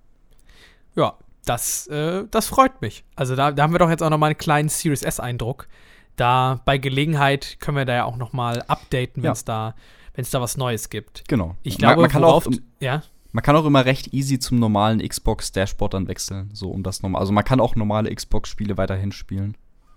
Ja, das, äh, das freut mich. Also da, da haben wir doch jetzt auch noch mal einen kleinen Series S-Eindruck. Da bei Gelegenheit können wir da ja auch noch mal updaten, wenn es ja. da wenn es da was Neues gibt. Genau. Ich glaube, man, man kann worauf, auch, ja? Man kann auch immer recht easy zum normalen Xbox-Dashboard dann wechseln. So um das normal. Also man kann auch normale Xbox-Spiele weiterhin spielen.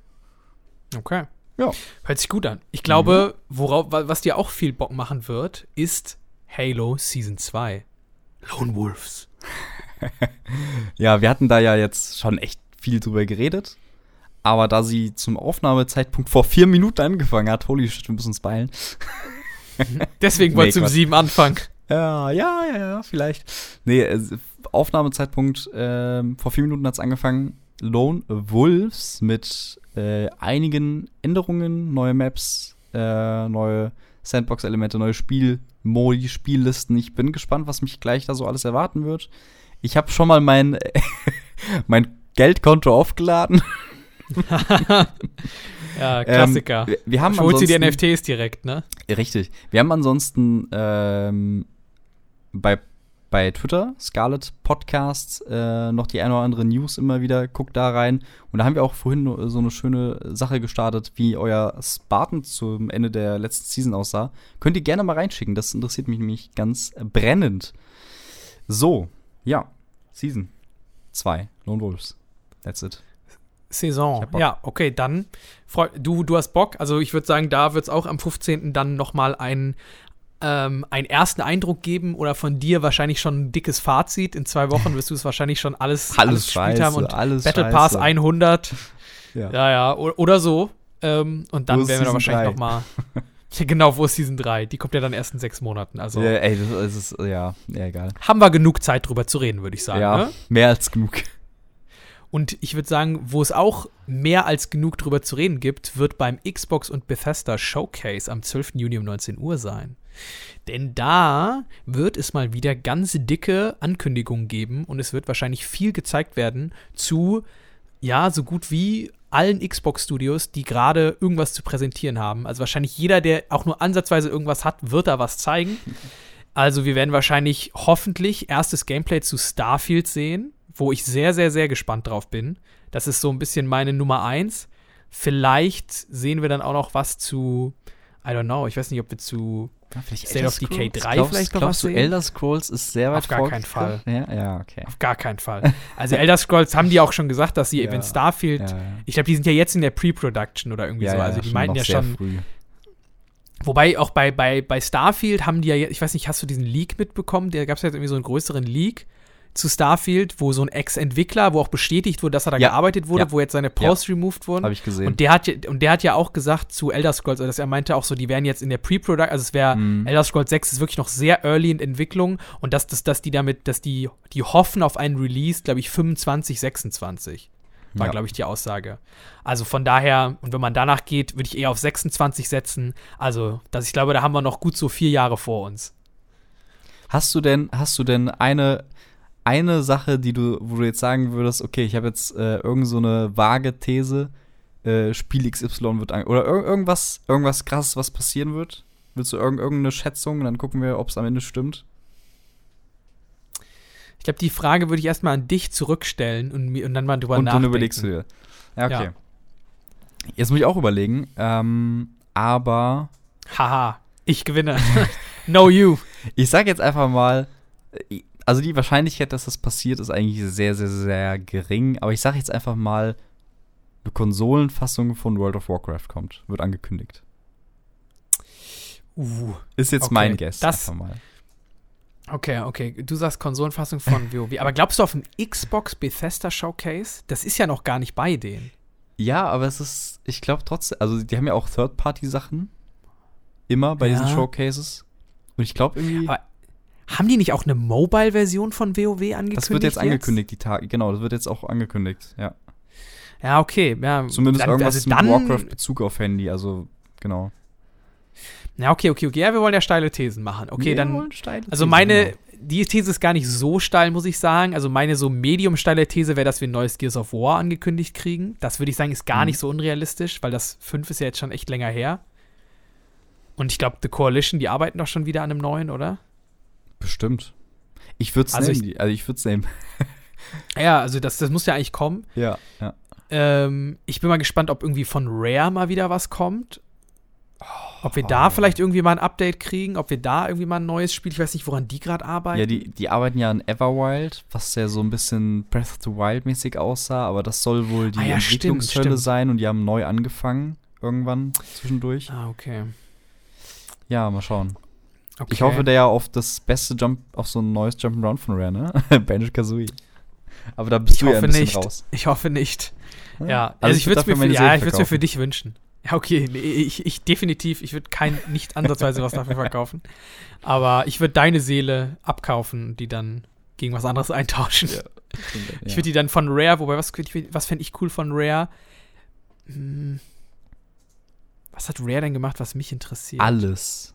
Okay. Ja. Hört sich gut an. Ich glaube, worauf, was dir auch viel Bock machen wird, ist Halo Season zwei. Lone Wolves. Ja, wir hatten da ja jetzt schon echt viel drüber geredet. Aber da sie zum Aufnahmezeitpunkt vor vier Minuten angefangen hat, holy shit, wir müssen uns beeilen. Deswegen wolltest du um sieben anfangen. Ja, ja, ja, ja, vielleicht. Nee, äh, Aufnahmezeitpunkt, äh, vor vier Minuten hat es angefangen. Lone Wolves mit äh, einigen Änderungen, neue Maps, äh, neue Sandbox-Elemente, neue Spielmodi, Spiellisten. Ich bin gespannt, was mich gleich da so alles erwarten wird. Ich habe schon mal mein, mein Geldkonto aufgeladen. Ja, Klassiker. Ähm, wir, wir haben holt sie die N F Ts direkt, ne? Richtig. Wir haben ansonsten ähm, bei, bei Twitter, Scarlet Podcasts, äh, noch die eine oder andere News immer wieder. Guckt da rein. Und da haben wir auch vorhin so eine schöne Sache gestartet, wie euer Spartan zum Ende der letzten Season aussah. Könnt ihr gerne mal reinschicken. Das interessiert mich nämlich ganz brennend. So, ja. Season zwei. Lone Wolves. That's it. Saison. Ja, okay, dann freu, du, du hast Bock. Also ich würde sagen, da wird es auch am fünfzehnten dann noch mal einen, ähm, einen ersten Eindruck geben oder von dir wahrscheinlich schon ein dickes Fazit. In zwei Wochen wirst du es wahrscheinlich schon alles, alles, alles gespielt scheiße, haben und alles Battle scheiße. Pass hundert. Ja, ja, ja o- oder so. Ähm, und dann werden wir da wahrscheinlich drei? noch mal genau, wo ist Season drei? Die kommt ja dann erst in sechs Monaten. Also ja, ey, das ist, ja, ja, egal. Haben wir genug Zeit drüber zu reden, würde ich sagen. Ja, ne? mehr als genug. Und ich würde sagen, wo es auch mehr als genug drüber zu reden gibt, wird beim Xbox und Bethesda Showcase am zwölften Juni um neunzehn Uhr sein. Denn da wird es mal wieder ganz dicke Ankündigungen geben und es wird wahrscheinlich viel gezeigt werden zu, ja, so gut wie allen Xbox-Studios, die gerade irgendwas zu präsentieren haben. Also wahrscheinlich jeder, der auch nur ansatzweise irgendwas hat, wird da was zeigen. Also wir werden wahrscheinlich hoffentlich erstes Gameplay zu Starfield sehen, wo ich sehr, sehr, sehr gespannt drauf bin. Das ist so ein bisschen meine Nummer eins. Vielleicht sehen wir dann auch noch was zu, I don't know, ich weiß nicht, ob wir zu ja, State of Decay drei glaubst, vielleicht noch glaubst was du, sehen. Elder Scrolls ist sehr weit Auf gar keinen Fall. Ja, ja, okay. Auf gar keinen Fall. Also Elder Scrolls haben die auch schon gesagt, dass sie, ja, wenn Starfield, ja, ja. ich glaube, die sind ja jetzt in der Pre-Production oder irgendwie ja, so. Ja, also die schon meinten ja schon, früh. Wobei auch bei, bei, bei Starfield haben die ja, ich weiß nicht, hast du diesen Leak mitbekommen? Da gab es ja irgendwie so einen größeren Leak zu Starfield, wo so ein Ex-Entwickler, wo auch bestätigt wurde, dass er da ja. gearbeitet wurde, ja. wo jetzt seine Posts ja. removed wurden. Habe ich gesehen. Und der hat ja, und der hat ja auch gesagt zu Elder Scrolls, also dass er meinte auch so, die wären jetzt in der Pre-Product, also es wäre, mhm. Elder Scrolls sechs ist wirklich noch sehr early in Entwicklung und dass, dass, dass die damit, dass die, die hoffen auf einen Release, glaube ich, fünfundzwanzig, sechsundzwanzig. war, Ja. glaube ich, die Aussage. Also von daher, und wenn man danach geht, würde ich eher auf sechsundzwanzig setzen. Also, dass ich glaube, da haben wir noch gut so vier Jahre vor uns. Hast du denn, hast du denn eine, eine Sache, die du, wo du jetzt sagen würdest, okay, ich habe jetzt äh, irgend so eine vage These, äh, Spiel X Y wird an, oder ir irgendwas, irgendwas krasses, was passieren wird? Willst du irg irgendeine Schätzung? Und dann gucken wir, ob es am Ende stimmt. Ich glaube, die Frage würde ich erstmal an dich zurückstellen und, mir- und dann mal drüber Und nachdenken. dann überlegst du dir. Ja, okay. Ja. Jetzt muss ich auch überlegen, ähm, aber Haha, ich gewinne. No you. ich sag jetzt einfach mal, äh, also die Wahrscheinlichkeit, dass das passiert, ist eigentlich sehr, sehr, sehr gering. Aber ich sag jetzt einfach mal, eine Konsolenfassung von World of Warcraft kommt, wird angekündigt. Uh, Ist jetzt Okay, mein Guess. das- einfach mal. okay, okay. Du sagst Konsolenfassung von WoW. Aber glaubst du auf ein Xbox Bethesda Showcase? Das ist ja noch gar nicht bei denen. Ja, aber es ist, ich glaube trotzdem, also die haben ja auch Third-Party-Sachen. Immer bei Ja. diesen Showcases. Und ich glaube irgendwie, Aber haben die nicht auch eine Mobile-Version von WoW angekündigt? das wird jetzt angekündigt, die Tage. Genau, das wird jetzt auch angekündigt, ja. Ja, okay. Ja, Zumindest dann, irgendwas also mit dann, Warcraft-Bezug auf Handy, also genau. Ja, okay, okay, okay. Ja, wir wollen ja steile Thesen machen. Okay, Wir dann. wollen steile Also Thesen, meine, genau. die These ist gar nicht so steil, muss ich sagen. Also meine so medium steile These wäre, dass wir ein neues Gears of War angekündigt kriegen. Das würde ich sagen, ist gar Mhm. nicht so unrealistisch, weil das fünf ist ja jetzt schon echt länger her. Und ich glaube, The Coalition, die arbeiten doch schon wieder an einem neuen, oder? Bestimmt. Ich würde es Also nehmen. die- Also ich würde es nehmen. Ja, also das, das muss ja eigentlich kommen. Ja, ja. Ähm, ich bin mal gespannt, ob irgendwie von Rare mal wieder was kommt. Ob wir da Oh. vielleicht irgendwie mal ein Update kriegen, ob wir da irgendwie mal ein neues Spiel, ich weiß nicht, woran die gerade arbeiten. Ja, die, die arbeiten ja an Everwild, was ja so ein bisschen Breath of the Wild mäßig aussah, aber das soll wohl die Ah ja, stimmt, Entwicklungshölle stimmt. sein und die haben neu angefangen irgendwann zwischendurch. Ah, okay. Ja, mal schauen. okay. Ich hoffe der ja auf das beste Jump, auf so ein neues Jump'n'Run von Rare, ne? Banjo-Kazooie. Aber da bist Ich du ja ein hoffe bisschen nicht. raus. Ich hoffe nicht. Ja. Ja, also, ich würd würde es mir, dafür für- meine ja, Seele ich würd's mir für verkaufen. dich wünschen. Ja, okay, nee, ich, ich definitiv, ich würde kein, nicht ansatzweise was dafür verkaufen. Aber ich würde deine Seele abkaufen und die dann gegen was anderes eintauschen. Ja. Ich würde die dann von Rare, wobei, was, könnt ich- was fände ich cool von Rare? Hm, was hat Rare denn gemacht, was mich interessiert? Alles.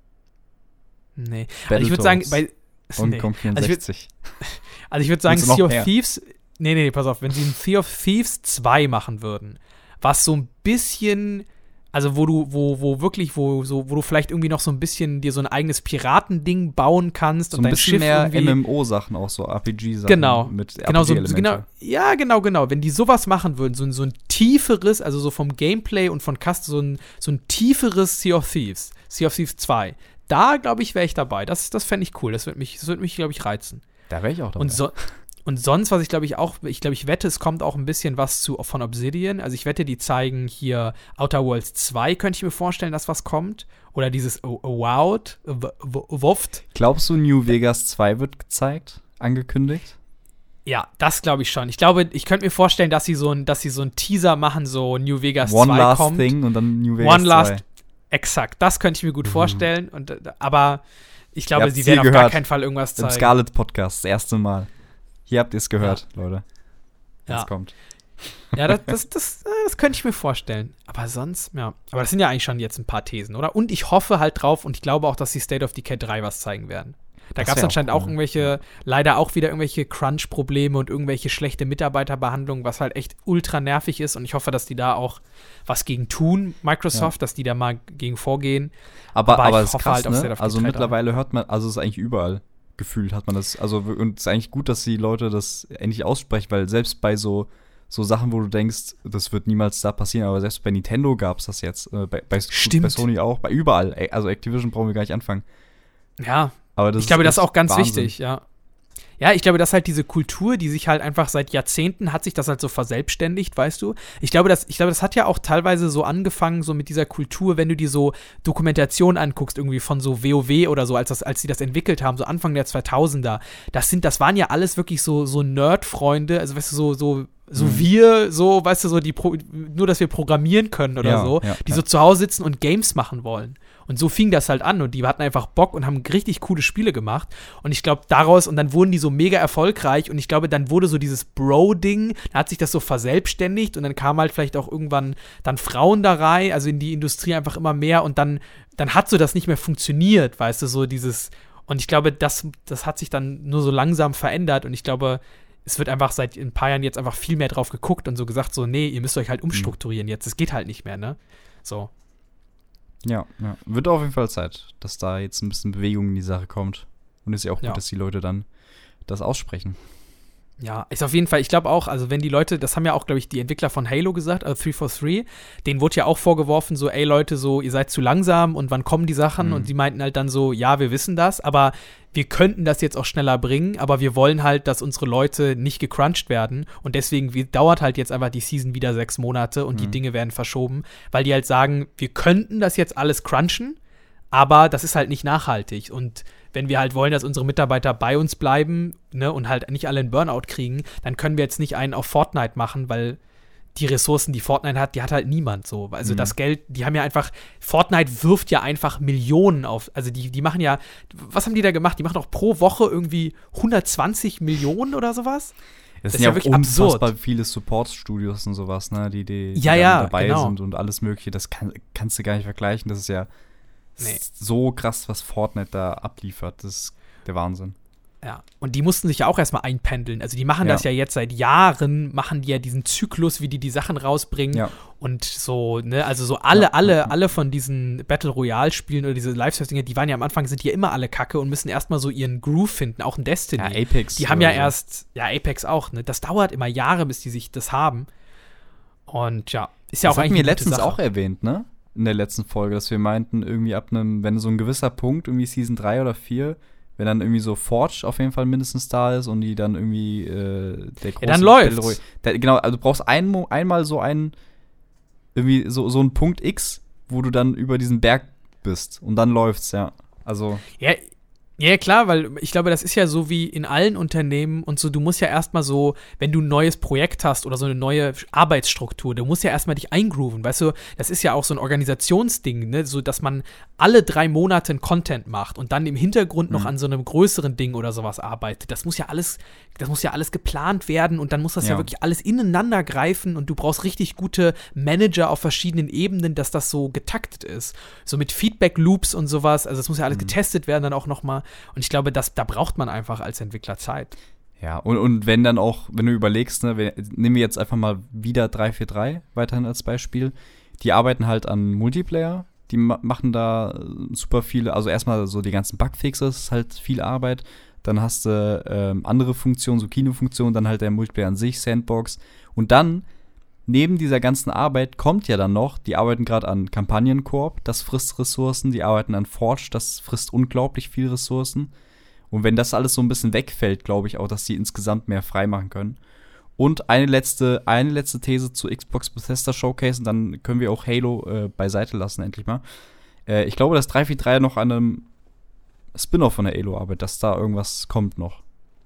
Nee. Also ich würde sagen, bei. Und Nee. Kong Also ich würd- vierundsechzig. Also ich würde sagen, Willst du noch Sea of mehr? Thieves. Nee, nee, nee, pass auf, wenn sie ein Sea of Thieves zwei machen würden, was so ein bisschen, also wo du, wo, wo wirklich, wo, so, wo du vielleicht irgendwie noch so ein bisschen dir so ein eigenes Piratending bauen kannst So und ein dein bisschen Schiff mehr irgendwie. M M O-Sachen auch, so R P G-Sachen. Genau. Mit Genau, so, so R P G-Elemente. genau, ja, genau, genau. Wenn die sowas machen würden, so, ein- so ein tieferes, also so vom Gameplay und von Cast, so ein, so ein tieferes Sea of Thieves, Sea of Thieves zwei, da, glaube ich, wäre ich dabei. Das, das fände ich cool. Das würde mich, das würd mich glaube ich, reizen. Da wäre ich auch dabei. Und, so, und sonst, was ich glaube ich auch, ich glaube, ich wette, es kommt auch ein bisschen was zu von Obsidian. Also ich wette, die zeigen hier Outer Worlds zwei, könnte ich mir vorstellen, dass was kommt. Oder dieses Avowed, Woft. Glaubst du, New Vegas zwei wird gezeigt? Angekündigt? Ja, das glaube ich schon. Ich glaube, ich könnte mir vorstellen, dass sie so ein, dass sie so einen Teaser machen, so New Vegas One zwei Last kommt. Thing und dann New Vegas One Last, zwei. exakt. Das könnte ich mir gut Mhm. vorstellen. Und, äh, aber ich Ihr glaube, habt's sie hier werden auf gehört. gar keinen Fall irgendwas Im zeigen. Scarlet Podcast, das erste Mal. Hier habt ihr es gehört, Leute. Ja. Jetzt kommt. Ja, das, das, das, äh, das könnte ich mir vorstellen. Aber sonst, ja. Aber das sind ja eigentlich schon jetzt ein paar Thesen, oder? Und ich hoffe halt drauf und ich glaube auch, dass die State of Decay drei was zeigen werden. Da Das gab es wär auch anscheinend cool. auch irgendwelche, leider auch wieder irgendwelche Crunch-Probleme und irgendwelche schlechte Mitarbeiterbehandlung, was halt echt ultra nervig ist. Und ich hoffe, dass die da auch was gegen tun, Microsoft, dass die da mal gegen vorgehen. Aber, Aber aber ich es ist hoffe krass, halt auf State ne? of Also Decay mittlerweile hört man, also es ist eigentlich überall gefühlt hat man das, also und es ist eigentlich gut, dass die Leute das endlich aussprechen, weil selbst bei so so Sachen, wo du denkst, das wird niemals da passieren, aber selbst bei Nintendo gab es das jetzt, äh, bei, bei, Stimmt. bei Sony auch, bei überall, Ey, also Activision brauchen wir gar nicht anfangen. Ja, Aber das ich glaube, das ist echt auch ganz Wahnsinn. wichtig, ja. Ja, ich glaube, dass halt diese Kultur, die sich halt einfach seit Jahrzehnten hat sich das halt so verselbstständigt, weißt du? Ich glaube, das, ich glaube, das hat ja auch teilweise so angefangen, so mit dieser Kultur, wenn du dir so Dokumentationen anguckst, irgendwie von so WoW oder so, als, das, als sie das entwickelt haben, so Anfang der zweitausender. Das sind, das waren ja alles wirklich so, so Nerd-Freunde, also weißt du, so, so, so Mhm. wir, so, weißt du, so die Pro, nur, dass wir programmieren können oder Ja, so, ja, die ja. so zu Hause sitzen und Games machen wollen. Und so fing das halt an und die hatten einfach Bock und haben richtig coole Spiele gemacht. Und ich glaube, daraus, und dann wurden die so mega erfolgreich und ich glaube, dann wurde so dieses Bro-Ding, da hat sich das so verselbstständigt und dann kamen halt vielleicht auch irgendwann dann Frauen da rein, also in die Industrie einfach immer mehr und dann, dann hat so das nicht mehr funktioniert, weißt du, so dieses, und ich glaube, das, das hat sich dann nur so langsam verändert und ich glaube, es wird einfach seit ein paar Jahren jetzt einfach viel mehr drauf geguckt und so gesagt, so, nee, ihr müsst euch halt umstrukturieren jetzt. Es geht halt nicht mehr, ne? So. Ja, ja. Wird auf jeden Fall Zeit, dass da jetzt ein bisschen Bewegung in die Sache kommt. Und ist ja auch gut, ja. dass die Leute dann das aussprechen. Ja, ist auf jeden Fall, ich glaube auch, also wenn die Leute, das haben ja auch, glaube ich, die Entwickler von Halo gesagt, also drei vier drei, denen wurde ja auch vorgeworfen, so, ey Leute, so, ihr seid zu langsam und wann kommen die Sachen? Mhm. Und die meinten halt dann so, ja, wir wissen das, aber wir könnten das jetzt auch schneller bringen, aber wir wollen halt, dass unsere Leute nicht gecrunched werden und deswegen wie, dauert halt jetzt einfach die Season wieder sechs Monate und mhm. die Dinge werden verschoben, weil die halt sagen, wir könnten das jetzt alles crunchen, aber das ist halt nicht nachhaltig und wenn wir halt wollen, dass unsere Mitarbeiter bei uns bleiben, ne, und halt nicht alle einen Burnout kriegen, dann können wir jetzt nicht einen auf Fortnite machen, weil die Ressourcen, die Fortnite hat, die hat halt niemand so. Also mhm. das Geld, die haben ja einfach, Fortnite wirft ja einfach Millionen auf, also die, die machen ja, was haben die da gemacht? Die machen auch pro Woche irgendwie hundertzwanzig Millionen oder sowas? Das, das sind ja wirklich unfassbar absurd. Viele Support-Studios und sowas, ne, die, die, die ja, ja, dabei genau. sind und alles mögliche. Das kann, kannst du gar nicht vergleichen. Das ist ja nee. so krass, was Fortnite da abliefert. Das ist der Wahnsinn. Ja, und die mussten sich ja auch erstmal einpendeln. Also die machen ja. das ja jetzt seit Jahren, machen die ja diesen Zyklus, wie die die Sachen rausbringen. Ja. Und so, ne, also so alle, ja. alle, alle von diesen Battle Royale-Spielen oder diese Live-Service-Dinger, die waren ja am Anfang, sind die ja immer alle kacke und müssen erstmal so ihren Groove finden, auch in Destiny. Ja, Apex. Die haben ja so. erst, ja, Apex auch, ne, das dauert immer Jahre, bis die sich das haben. Und ja, ist ja das auch eigentlich mir letztens auch erwähnt, ne, in der letzten Folge, dass wir meinten, irgendwie ab einem, wenn so ein gewisser Punkt, irgendwie Season drei oder vier, wenn dann irgendwie so Forge auf jeden Fall mindestens da ist und die dann irgendwie äh, der große ja, dann läuft's. Der, genau, also du brauchst ein, einmal so einen irgendwie so, so einen Punkt X, wo du dann über diesen Berg bist und dann läuft's, ja. Also ja, ja, klar, weil ich glaube, das ist ja so wie in allen Unternehmen und so, du musst ja erstmal so, wenn du ein neues Projekt hast oder so eine neue Arbeitsstruktur, du musst ja erstmal dich eingrooven, weißt du, das ist ja auch so ein Organisationsding, ne, so, dass man alle drei Monate einen Content macht und dann im Hintergrund noch mhm. an so einem größeren Ding oder sowas arbeitet. Das muss ja alles, das muss ja alles geplant werden und dann muss das ja, ja wirklich alles ineinander greifen und du brauchst richtig gute Manager auf verschiedenen Ebenen, dass das so getaktet ist. So mit Feedback-Loops und sowas, also es muss ja alles mhm. getestet werden dann auch nochmal. Und ich glaube, das, da braucht man einfach als Entwickler Zeit. Ja, und, und wenn dann auch, wenn du überlegst, ne, wir, nehmen wir jetzt einfach mal wieder drei vier drei weiterhin als Beispiel, die arbeiten halt an Multiplayer, die ma- machen da super viele, also erstmal so die ganzen Bugfixes, ist halt viel Arbeit, dann hast du ähm, andere Funktionen, so Kinofunktionen, dann halt der Multiplayer an sich, Sandbox und dann neben dieser ganzen Arbeit kommt ja dann noch, die arbeiten gerade an Kampagnenkorb, das frisst Ressourcen, die arbeiten an Forge, das frisst unglaublich viel Ressourcen. Und wenn das alles so ein bisschen wegfällt, glaube ich auch, dass die insgesamt mehr frei machen können. Und eine letzte, eine letzte These zu Xbox Bethesda Showcase, und dann können wir auch Halo äh, beiseite lassen, endlich mal. Äh, ich glaube, dass drei vier drei noch an einem Spin-off von der Halo arbeitet, dass da irgendwas kommt noch.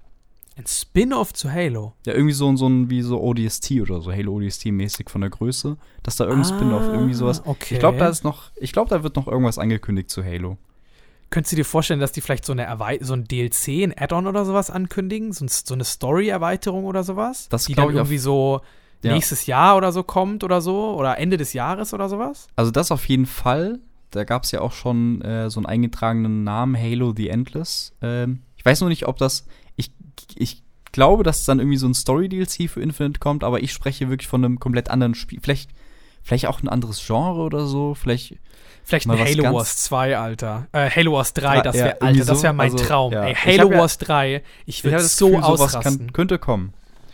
Ein Spin-off zu Halo? Ja, irgendwie so, so ein wie so O D S T oder so, Halo O D S T-mäßig von der Größe, dass da irgendein ah, Spin-off, irgendwie sowas. Okay. Ich glaube, da ist noch, ich glaube, da wird noch irgendwas angekündigt zu Halo. Könntest du dir vorstellen, dass die vielleicht so eine Erwei- so ein D L C, ein Add-on oder sowas ankündigen? So, ein, so eine Story-Erweiterung oder sowas? Das die dann ich irgendwie auf, so ja. nächstes Jahr oder so kommt oder so? Oder Ende des Jahres oder sowas? Also das auf jeden Fall. Da gab es ja auch schon äh, so einen eingetragenen Namen, Halo The Endless. Ähm, ich weiß nur nicht, ob das, ich, ich glaube, dass dann irgendwie so ein Story-D L C für Infinite kommt, aber ich spreche wirklich von einem komplett anderen Spiel. Vielleicht, vielleicht auch ein anderes Genre oder so, vielleicht Vielleicht ein Halo Wars zwei, Alter. Äh, Halo Wars drei, das wäre, ja, Alter, das wäre mein also, Traum. Ja. Ey, Halo ja, Wars drei, ich würde so Gefühl, ausrasten. Kann, könnte kommen.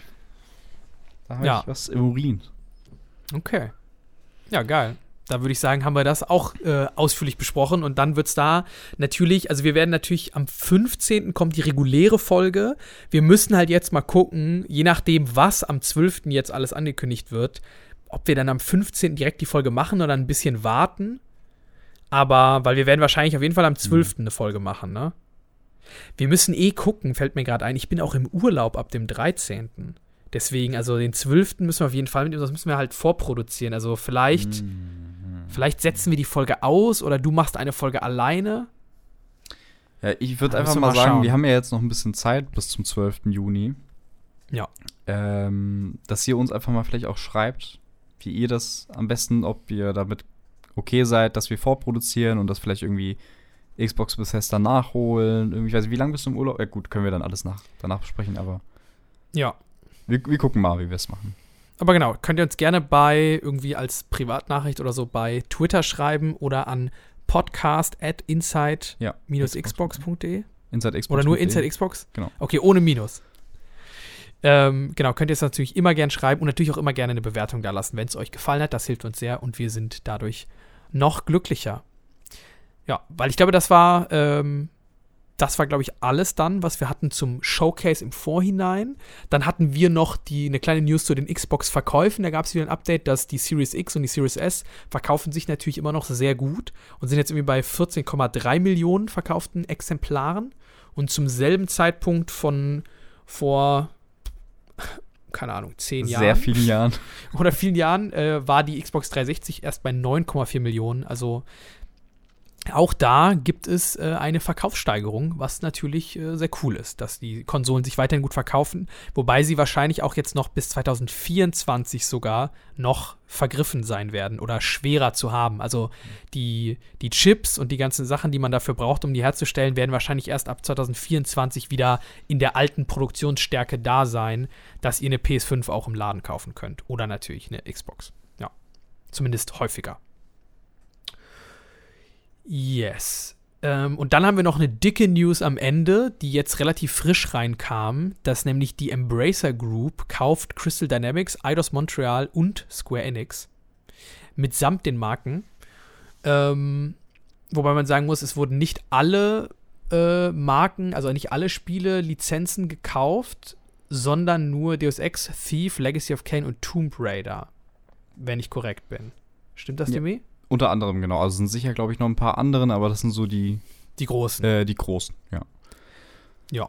Da habe ja. ich was im Urin. Okay. Ja, geil. Da würde ich sagen, haben wir das auch äh, ausführlich besprochen. Und dann wird's da natürlich, also wir werden natürlich am fünfzehnten kommt die reguläre Folge. Wir müssen halt jetzt mal gucken, je nachdem, was am zwölften jetzt alles angekündigt wird, ob wir dann am fünfzehnten direkt die Folge machen oder ein bisschen warten. Aber, weil wir werden wahrscheinlich auf jeden Fall am zwölften eine Folge machen, ne? Wir müssen eh gucken, fällt mir gerade ein. Ich bin auch im Urlaub ab dem dreizehnten Deswegen, also den zwölften müssen wir auf jeden Fall mitnehmen, das müssen wir halt vorproduzieren. Also vielleicht, mhm. Vielleicht setzen wir die Folge aus oder du machst eine Folge alleine. Ja, ich würde Da einfach müssen wir mal mal sagen, schauen. wir haben ja jetzt noch ein bisschen Zeit bis zum zwölften Juni. Ja. Ähm, dass ihr uns einfach mal vielleicht auch schreibt, wie ihr das am besten, ob ihr damit okay seid, dass wir vorproduzieren und das vielleicht irgendwie Xbox Bethesda nachholen. Irgendwie, ich weiß nicht, wie lange bist du im Urlaub? Ja gut, können wir dann alles nach, danach besprechen, aber Ja. wir, wir gucken mal, wie wir es machen. Aber genau, könnt ihr uns gerne bei irgendwie als Privatnachricht oder so bei Twitter schreiben oder an podcast at inside-xbox punkt de. Ja, Inside Xbox. Oder nur Inside Xbox? Genau. Okay, ohne Minus. Ähm, genau, könnt ihr es natürlich immer gern schreiben und natürlich auch immer gerne eine Bewertung da lassen, wenn es euch gefallen hat. Das hilft uns sehr und wir sind dadurch noch glücklicher. Ja, weil ich glaube, das war, ähm, das war, glaube ich, alles dann, was wir hatten zum Showcase im Vorhinein. Dann hatten wir noch die, eine kleine News zu den Xbox-Verkäufen. Da gab es wieder ein Update, dass die Series X und die Series S verkaufen sich natürlich immer noch sehr gut und sind jetzt irgendwie bei vierzehn Komma drei Millionen verkauften Exemplaren. Und zum selben Zeitpunkt von vor, keine Ahnung, zehn Jahren. Sehr vielen Jahren. Oder vielen Jahren äh, war die Xbox dreihundertsechzig erst bei neun Komma vier Millionen. Also auch da gibt es äh, eine Verkaufssteigerung, was natürlich äh, sehr cool ist, dass die Konsolen sich weiterhin gut verkaufen, wobei sie wahrscheinlich auch jetzt noch bis zwanzig vierundzwanzig sogar noch vergriffen sein werden oder schwerer zu haben. Also die, die Chips und die ganzen Sachen, die man dafür braucht, um die herzustellen, werden wahrscheinlich erst ab zwanzig vierundzwanzig wieder in der alten Produktionsstärke da sein, dass ihr eine P S fünf auch im Laden kaufen könnt. Oder natürlich eine Xbox. Ja, zumindest häufiger. Yes. Ähm, und dann haben wir noch eine dicke News am Ende, die jetzt relativ frisch reinkam, dass nämlich die Embracer Group kauft Crystal Dynamics, Eidos Montreal und Square Enix mitsamt den Marken. Ähm, wobei man sagen muss, es wurden nicht alle äh, Marken, also nicht alle Spiele, Lizenzen gekauft, sondern nur Deus Ex, Thief, Legacy of Kain und Tomb Raider, wenn ich korrekt bin. Stimmt das, Ja. Demi? Unter anderem, genau. Also sind sicher, glaube ich, noch ein paar anderen, aber das sind so die, Die großen. äh, die großen, ja. Ja.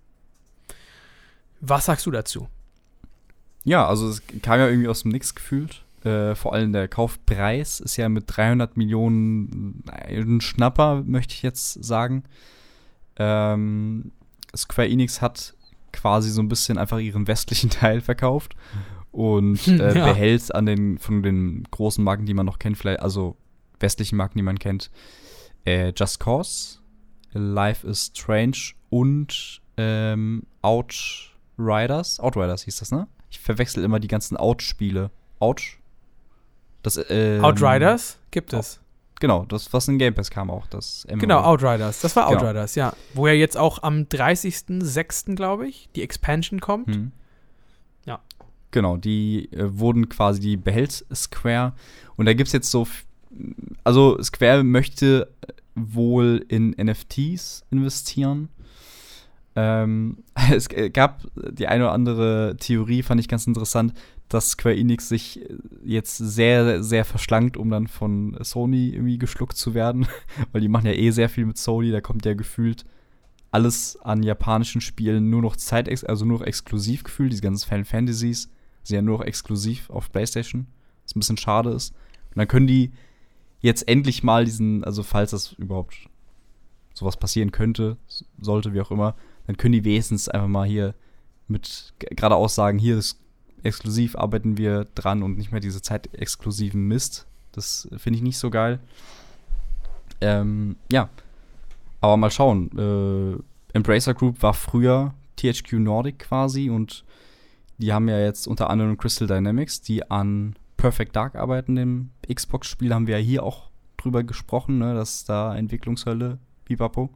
Was sagst du dazu? Ja, also es kam ja irgendwie aus dem Nix gefühlt. Äh, vor allem der Kaufpreis ist ja mit dreihundert Millionen ein Schnapper, möchte ich jetzt sagen. Ähm, Square Enix hat quasi so ein bisschen einfach ihren westlichen Teil verkauft und äh, Ja. behält an den von den großen Marken, die man noch kennt, vielleicht, also westlichen Marken, die man kennt, äh, Just Cause, Life is Strange und ähm, Outriders. Outriders hieß das, ne? Ich verwechsel immer die ganzen Out-Spiele. Out? Das, ähm, Outriders gibt es. Genau, das, was in Game Pass kam auch. Das M M O. Genau, Outriders. Das war Genau. Outriders, ja. Wo ja jetzt auch am dreißigsten sechsten, glaube ich, die Expansion kommt. Hm. Ja. Genau, die äh, wurden quasi, die behält Square. Und da gibt es jetzt so, f- also Square möchte wohl in N F Ts investieren. Ähm, es g- gab die eine oder andere Theorie, fand ich ganz interessant, dass Square Enix sich jetzt sehr, sehr verschlankt, um dann von Sony irgendwie geschluckt zu werden. Weil die machen ja eh sehr viel mit Sony, da kommt ja gefühlt alles an japanischen Spielen nur noch Zeit, also nur noch exklusiv gefühlt. Diese ganzen Final Fantasies sind ja nur noch exklusiv auf PlayStation, was ein bisschen schade ist. Und dann können die jetzt endlich mal diesen, also falls das überhaupt sowas passieren könnte, sollte, wie auch immer, dann können die wenigstens einfach mal hier mit g- geradeaus sagen, hier ist exklusiv, arbeiten wir dran und nicht mehr diese zeitexklusiven Mist. Das finde ich nicht so geil. Ähm, ja. Aber mal schauen. Äh, Embracer Group war früher T H Q Nordic quasi und die haben ja jetzt unter anderem Crystal Dynamics, die an Perfect Dark arbeiten, dem Xbox-Spiel, haben wir ja hier auch drüber gesprochen, ne, dass da Entwicklungshölle, Bipapo.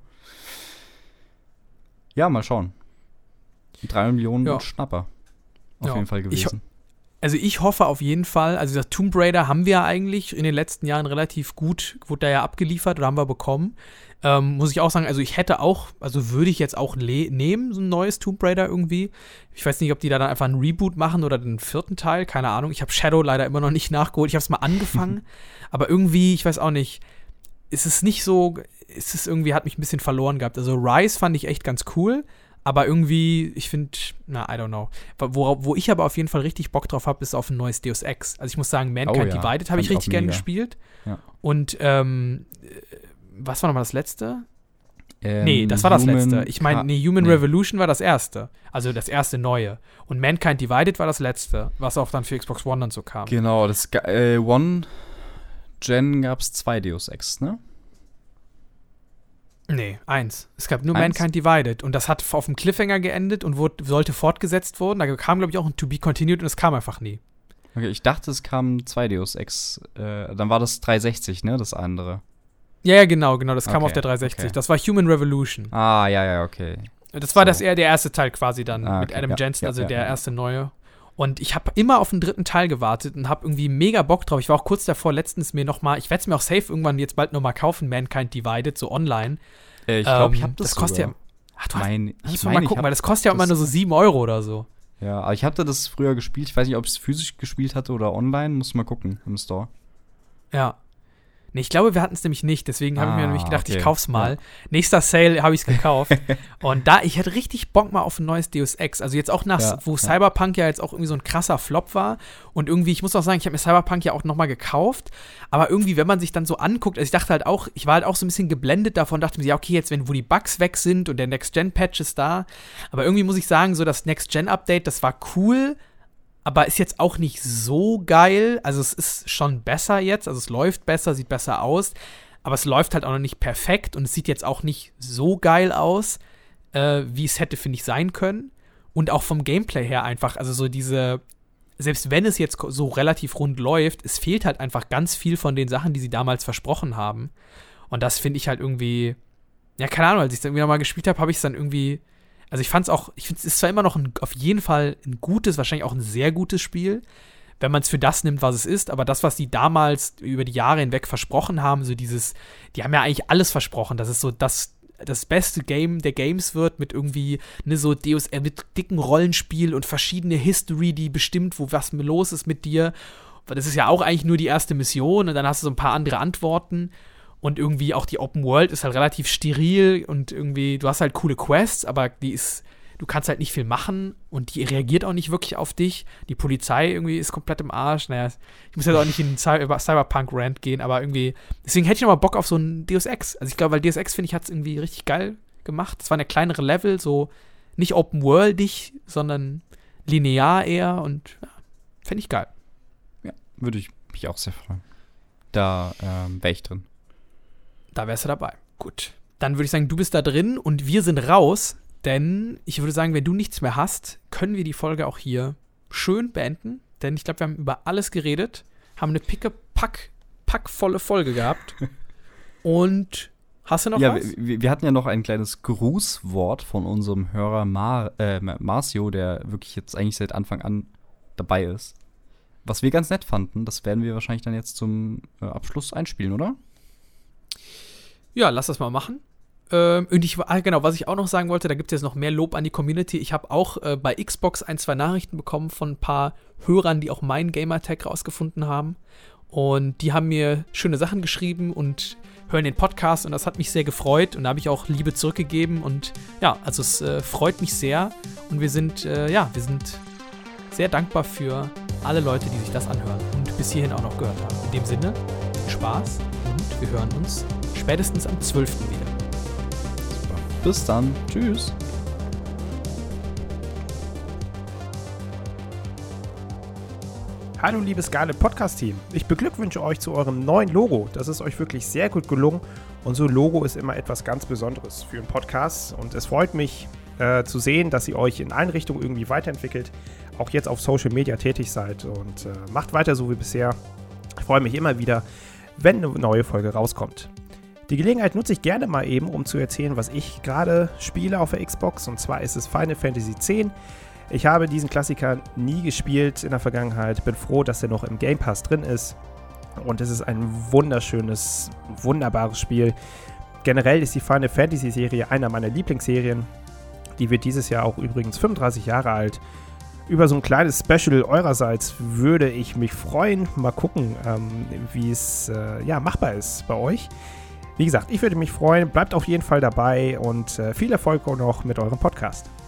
Ja, mal schauen. Drei Millionen Ja. Schnapper. Auf Ja. jeden Fall Ich- gewesen. Also ich hoffe auf jeden Fall, also das Tomb Raider haben wir ja eigentlich in den letzten Jahren relativ gut, wurde da ja abgeliefert oder haben wir bekommen. Ähm, muss ich auch sagen, also ich hätte auch, also würde ich jetzt auch le- nehmen, so ein neues Tomb Raider irgendwie. Ich weiß nicht, ob die da dann einfach einen Reboot machen oder den vierten Teil, keine Ahnung. Ich habe Shadow leider immer noch nicht nachgeholt. Ich habe es mal angefangen, aber irgendwie, ich weiß auch nicht, ist es nicht so, ist es irgendwie, hat mich ein bisschen verloren gehabt. Also Rise fand ich echt ganz cool, Aber irgendwie, ich finde, na, I don't know. Wo, wo ich aber auf jeden Fall richtig Bock drauf habe, ist auf ein neues Deus Ex. Also ich muss sagen, Mankind Oh ja, Divided habe ich fand ich richtig auch gerne mega. gespielt. Ja. Und, ähm, was war nochmal das letzte? Ähm, Nee, das war das Human letzte. Ich meine, Ka- nee, Human nee. Revolution war das erste. Also das erste neue. Und Mankind Divided war das letzte, was auch dann für Xbox One und so kam. Genau, das ga- äh, One-Gen gab es zwei Deus Ex, ne? Nee, eins. Es gab nur Eins? Mankind Divided. Und das hat auf dem Cliffhanger geendet und wurde, sollte fortgesetzt worden. Da kam, glaube ich, auch ein To Be Continued und es kam einfach nie. Okay, ich dachte, es kamen zwei Deus Ex. Äh, dann war das dreihundertsechzig, ne? Das andere. Ja, ja, genau, genau. Das kam Okay, auf der dreihundertsechzig. okay. Das war Human Revolution. Ah, ja, ja, okay. Das war So. das eher der erste Teil quasi dann Ah, mit okay, Adam ja, Jensen, ja, also ja, der ja. erste neue. Und ich habe immer auf den dritten Teil gewartet und habe irgendwie mega Bock drauf. Ich war auch kurz davor, letztens mir noch mal, ich werde es mir auch safe irgendwann jetzt bald noch mal kaufen, Mankind Divided, so online. Äh, ich glaube, ich Ähm, habe das, das kostet sogar. ja, ach, du hast, Mein, müssen ich wir meine, mal ich gucken, hab weil das kostet ja immer das- nur so sieben Euro oder so. Ja, aber ich hatte das früher gespielt. Ich weiß nicht, ob ich es physisch gespielt hatte oder online. Muss mal gucken im Store. Ja. Nee, ich glaube, wir hatten es nämlich nicht. Deswegen habe ich mir Ah, nämlich gedacht, ich okay. kauf's mal. Ja. Nächster Sale habe ich es gekauft. Und da, ich hätte richtig Bock mal auf ein neues Deus Ex. Also jetzt auch nach, Ja, wo ja. Cyberpunk ja jetzt auch irgendwie so ein krasser Flop war. Und irgendwie, ich muss auch sagen, ich habe mir Cyberpunk ja auch noch mal gekauft. Aber irgendwie, wenn man sich dann so anguckt, also ich dachte halt auch, ich war halt auch so ein bisschen geblendet davon, dachte mir, ja, okay, jetzt, wenn, wo die Bugs weg sind und der Next-Gen-Patch ist da. Aber irgendwie muss ich sagen, so das Next-Gen-Update, das war cool. Aber ist jetzt auch nicht so geil. Also es ist schon besser jetzt. Also es läuft besser, sieht besser aus. Aber es läuft halt auch noch nicht perfekt. Und es sieht jetzt auch nicht so geil aus, äh, wie es hätte, finde ich, sein können. Und auch vom Gameplay her einfach. Also so diese, selbst wenn es jetzt so relativ rund läuft, es fehlt halt einfach ganz viel von den Sachen, die sie damals versprochen haben. Und das finde ich halt irgendwie, ja, keine Ahnung, als ich es dann wieder mal gespielt habe, habe ich es dann irgendwie. Also ich fand es auch, ich finde es ist zwar immer noch ein, auf jeden Fall ein gutes, wahrscheinlich auch ein sehr gutes Spiel, wenn man es für das nimmt, was es ist, aber das, was die damals über die Jahre hinweg versprochen haben, so dieses, die haben ja eigentlich alles versprochen, dass es so das, das beste Game der Games wird, mit irgendwie, ne, so Deus, äh, mit dicken Rollenspiel und verschiedene History, die bestimmt, wo was los ist mit dir, weil das ist ja auch eigentlich nur die erste Mission und dann hast du so ein paar andere Antworten. Und irgendwie auch die Open World ist halt relativ steril und irgendwie, du hast halt coole Quests, aber die ist, du kannst halt nicht viel machen und die reagiert auch nicht wirklich auf dich. Die Polizei irgendwie ist komplett im Arsch. Naja, ich muss jetzt auch nicht in den Cy- Cyberpunk-Rant gehen, aber irgendwie, deswegen hätte ich noch mal Bock auf so ein Deus Ex. Also ich glaube, weil Deus Ex, finde ich, hat es irgendwie richtig geil gemacht. Es waren ja kleinere Level, so nicht Open-Worldig, sondern linear eher und ja, fände ich geil. Ja, würde ich mich auch sehr freuen. Da ähm, wäre ich drin. Da wärst du dabei. Gut. Dann würde ich sagen, du bist da drin und wir sind raus, denn ich würde sagen, wenn du nichts mehr hast, können wir die Folge auch hier schön beenden, denn ich glaube, wir haben über alles geredet, haben eine picke, pack, packvolle Folge gehabt. Und hast du noch Ja, was? wir, wir hatten ja noch ein kleines Grußwort von unserem Hörer Mar äh, Marcio, der wirklich jetzt eigentlich seit Anfang an dabei ist. Was wir ganz nett fanden, das werden wir wahrscheinlich dann jetzt zum äh, Abschluss einspielen, oder? Ja, lass das mal machen. Ähm, und ich, ah, genau, was ich auch noch sagen wollte, da gibt es jetzt noch mehr Lob an die Community. Ich habe auch äh, bei Xbox ein, zwei Nachrichten bekommen von ein paar Hörern, die auch meinen Gamertag rausgefunden haben. Und die haben mir schöne Sachen geschrieben und hören den Podcast und das hat mich sehr gefreut und da habe ich auch Liebe zurückgegeben und ja, also es äh, freut mich sehr und wir sind, äh, ja, wir sind sehr dankbar für alle Leute, die sich das anhören und bis hierhin auch noch gehört haben. In dem Sinne, Spaß und wir hören uns spätestens am zwölften wieder. Super. Bis dann. Tschüss. Hallo liebes Scarlet Podcast-Team. Ich beglückwünsche euch zu eurem neuen Logo. Das ist euch wirklich sehr gut gelungen. Und so ein Logo ist immer etwas ganz Besonderes für einen Podcast. Und es freut mich äh, zu sehen, dass ihr euch in allen Richtungen irgendwie weiterentwickelt. Auch jetzt auf Social Media tätig seid. Und äh, macht weiter so wie bisher. Ich freue mich immer wieder, wenn eine neue Folge rauskommt. Die Gelegenheit nutze ich gerne mal eben, um zu erzählen, was ich gerade spiele auf der Xbox. Und zwar ist es Final Fantasy X. Ich habe diesen Klassiker nie gespielt in der Vergangenheit. Bin froh, dass er noch im Game Pass drin ist. Und es ist ein wunderschönes, wunderbares Spiel. Generell ist die Final Fantasy Serie einer meiner Lieblingsserien. Die wird dieses Jahr auch übrigens fünfunddreißig Jahre alt. Über so ein kleines Special eurerseits würde ich mich freuen. Mal gucken, ähm, wie es äh, ja, machbar ist bei euch. Wie gesagt, ich würde mich freuen. Bleibt auf jeden Fall dabei und äh, viel Erfolg noch mit eurem Podcast.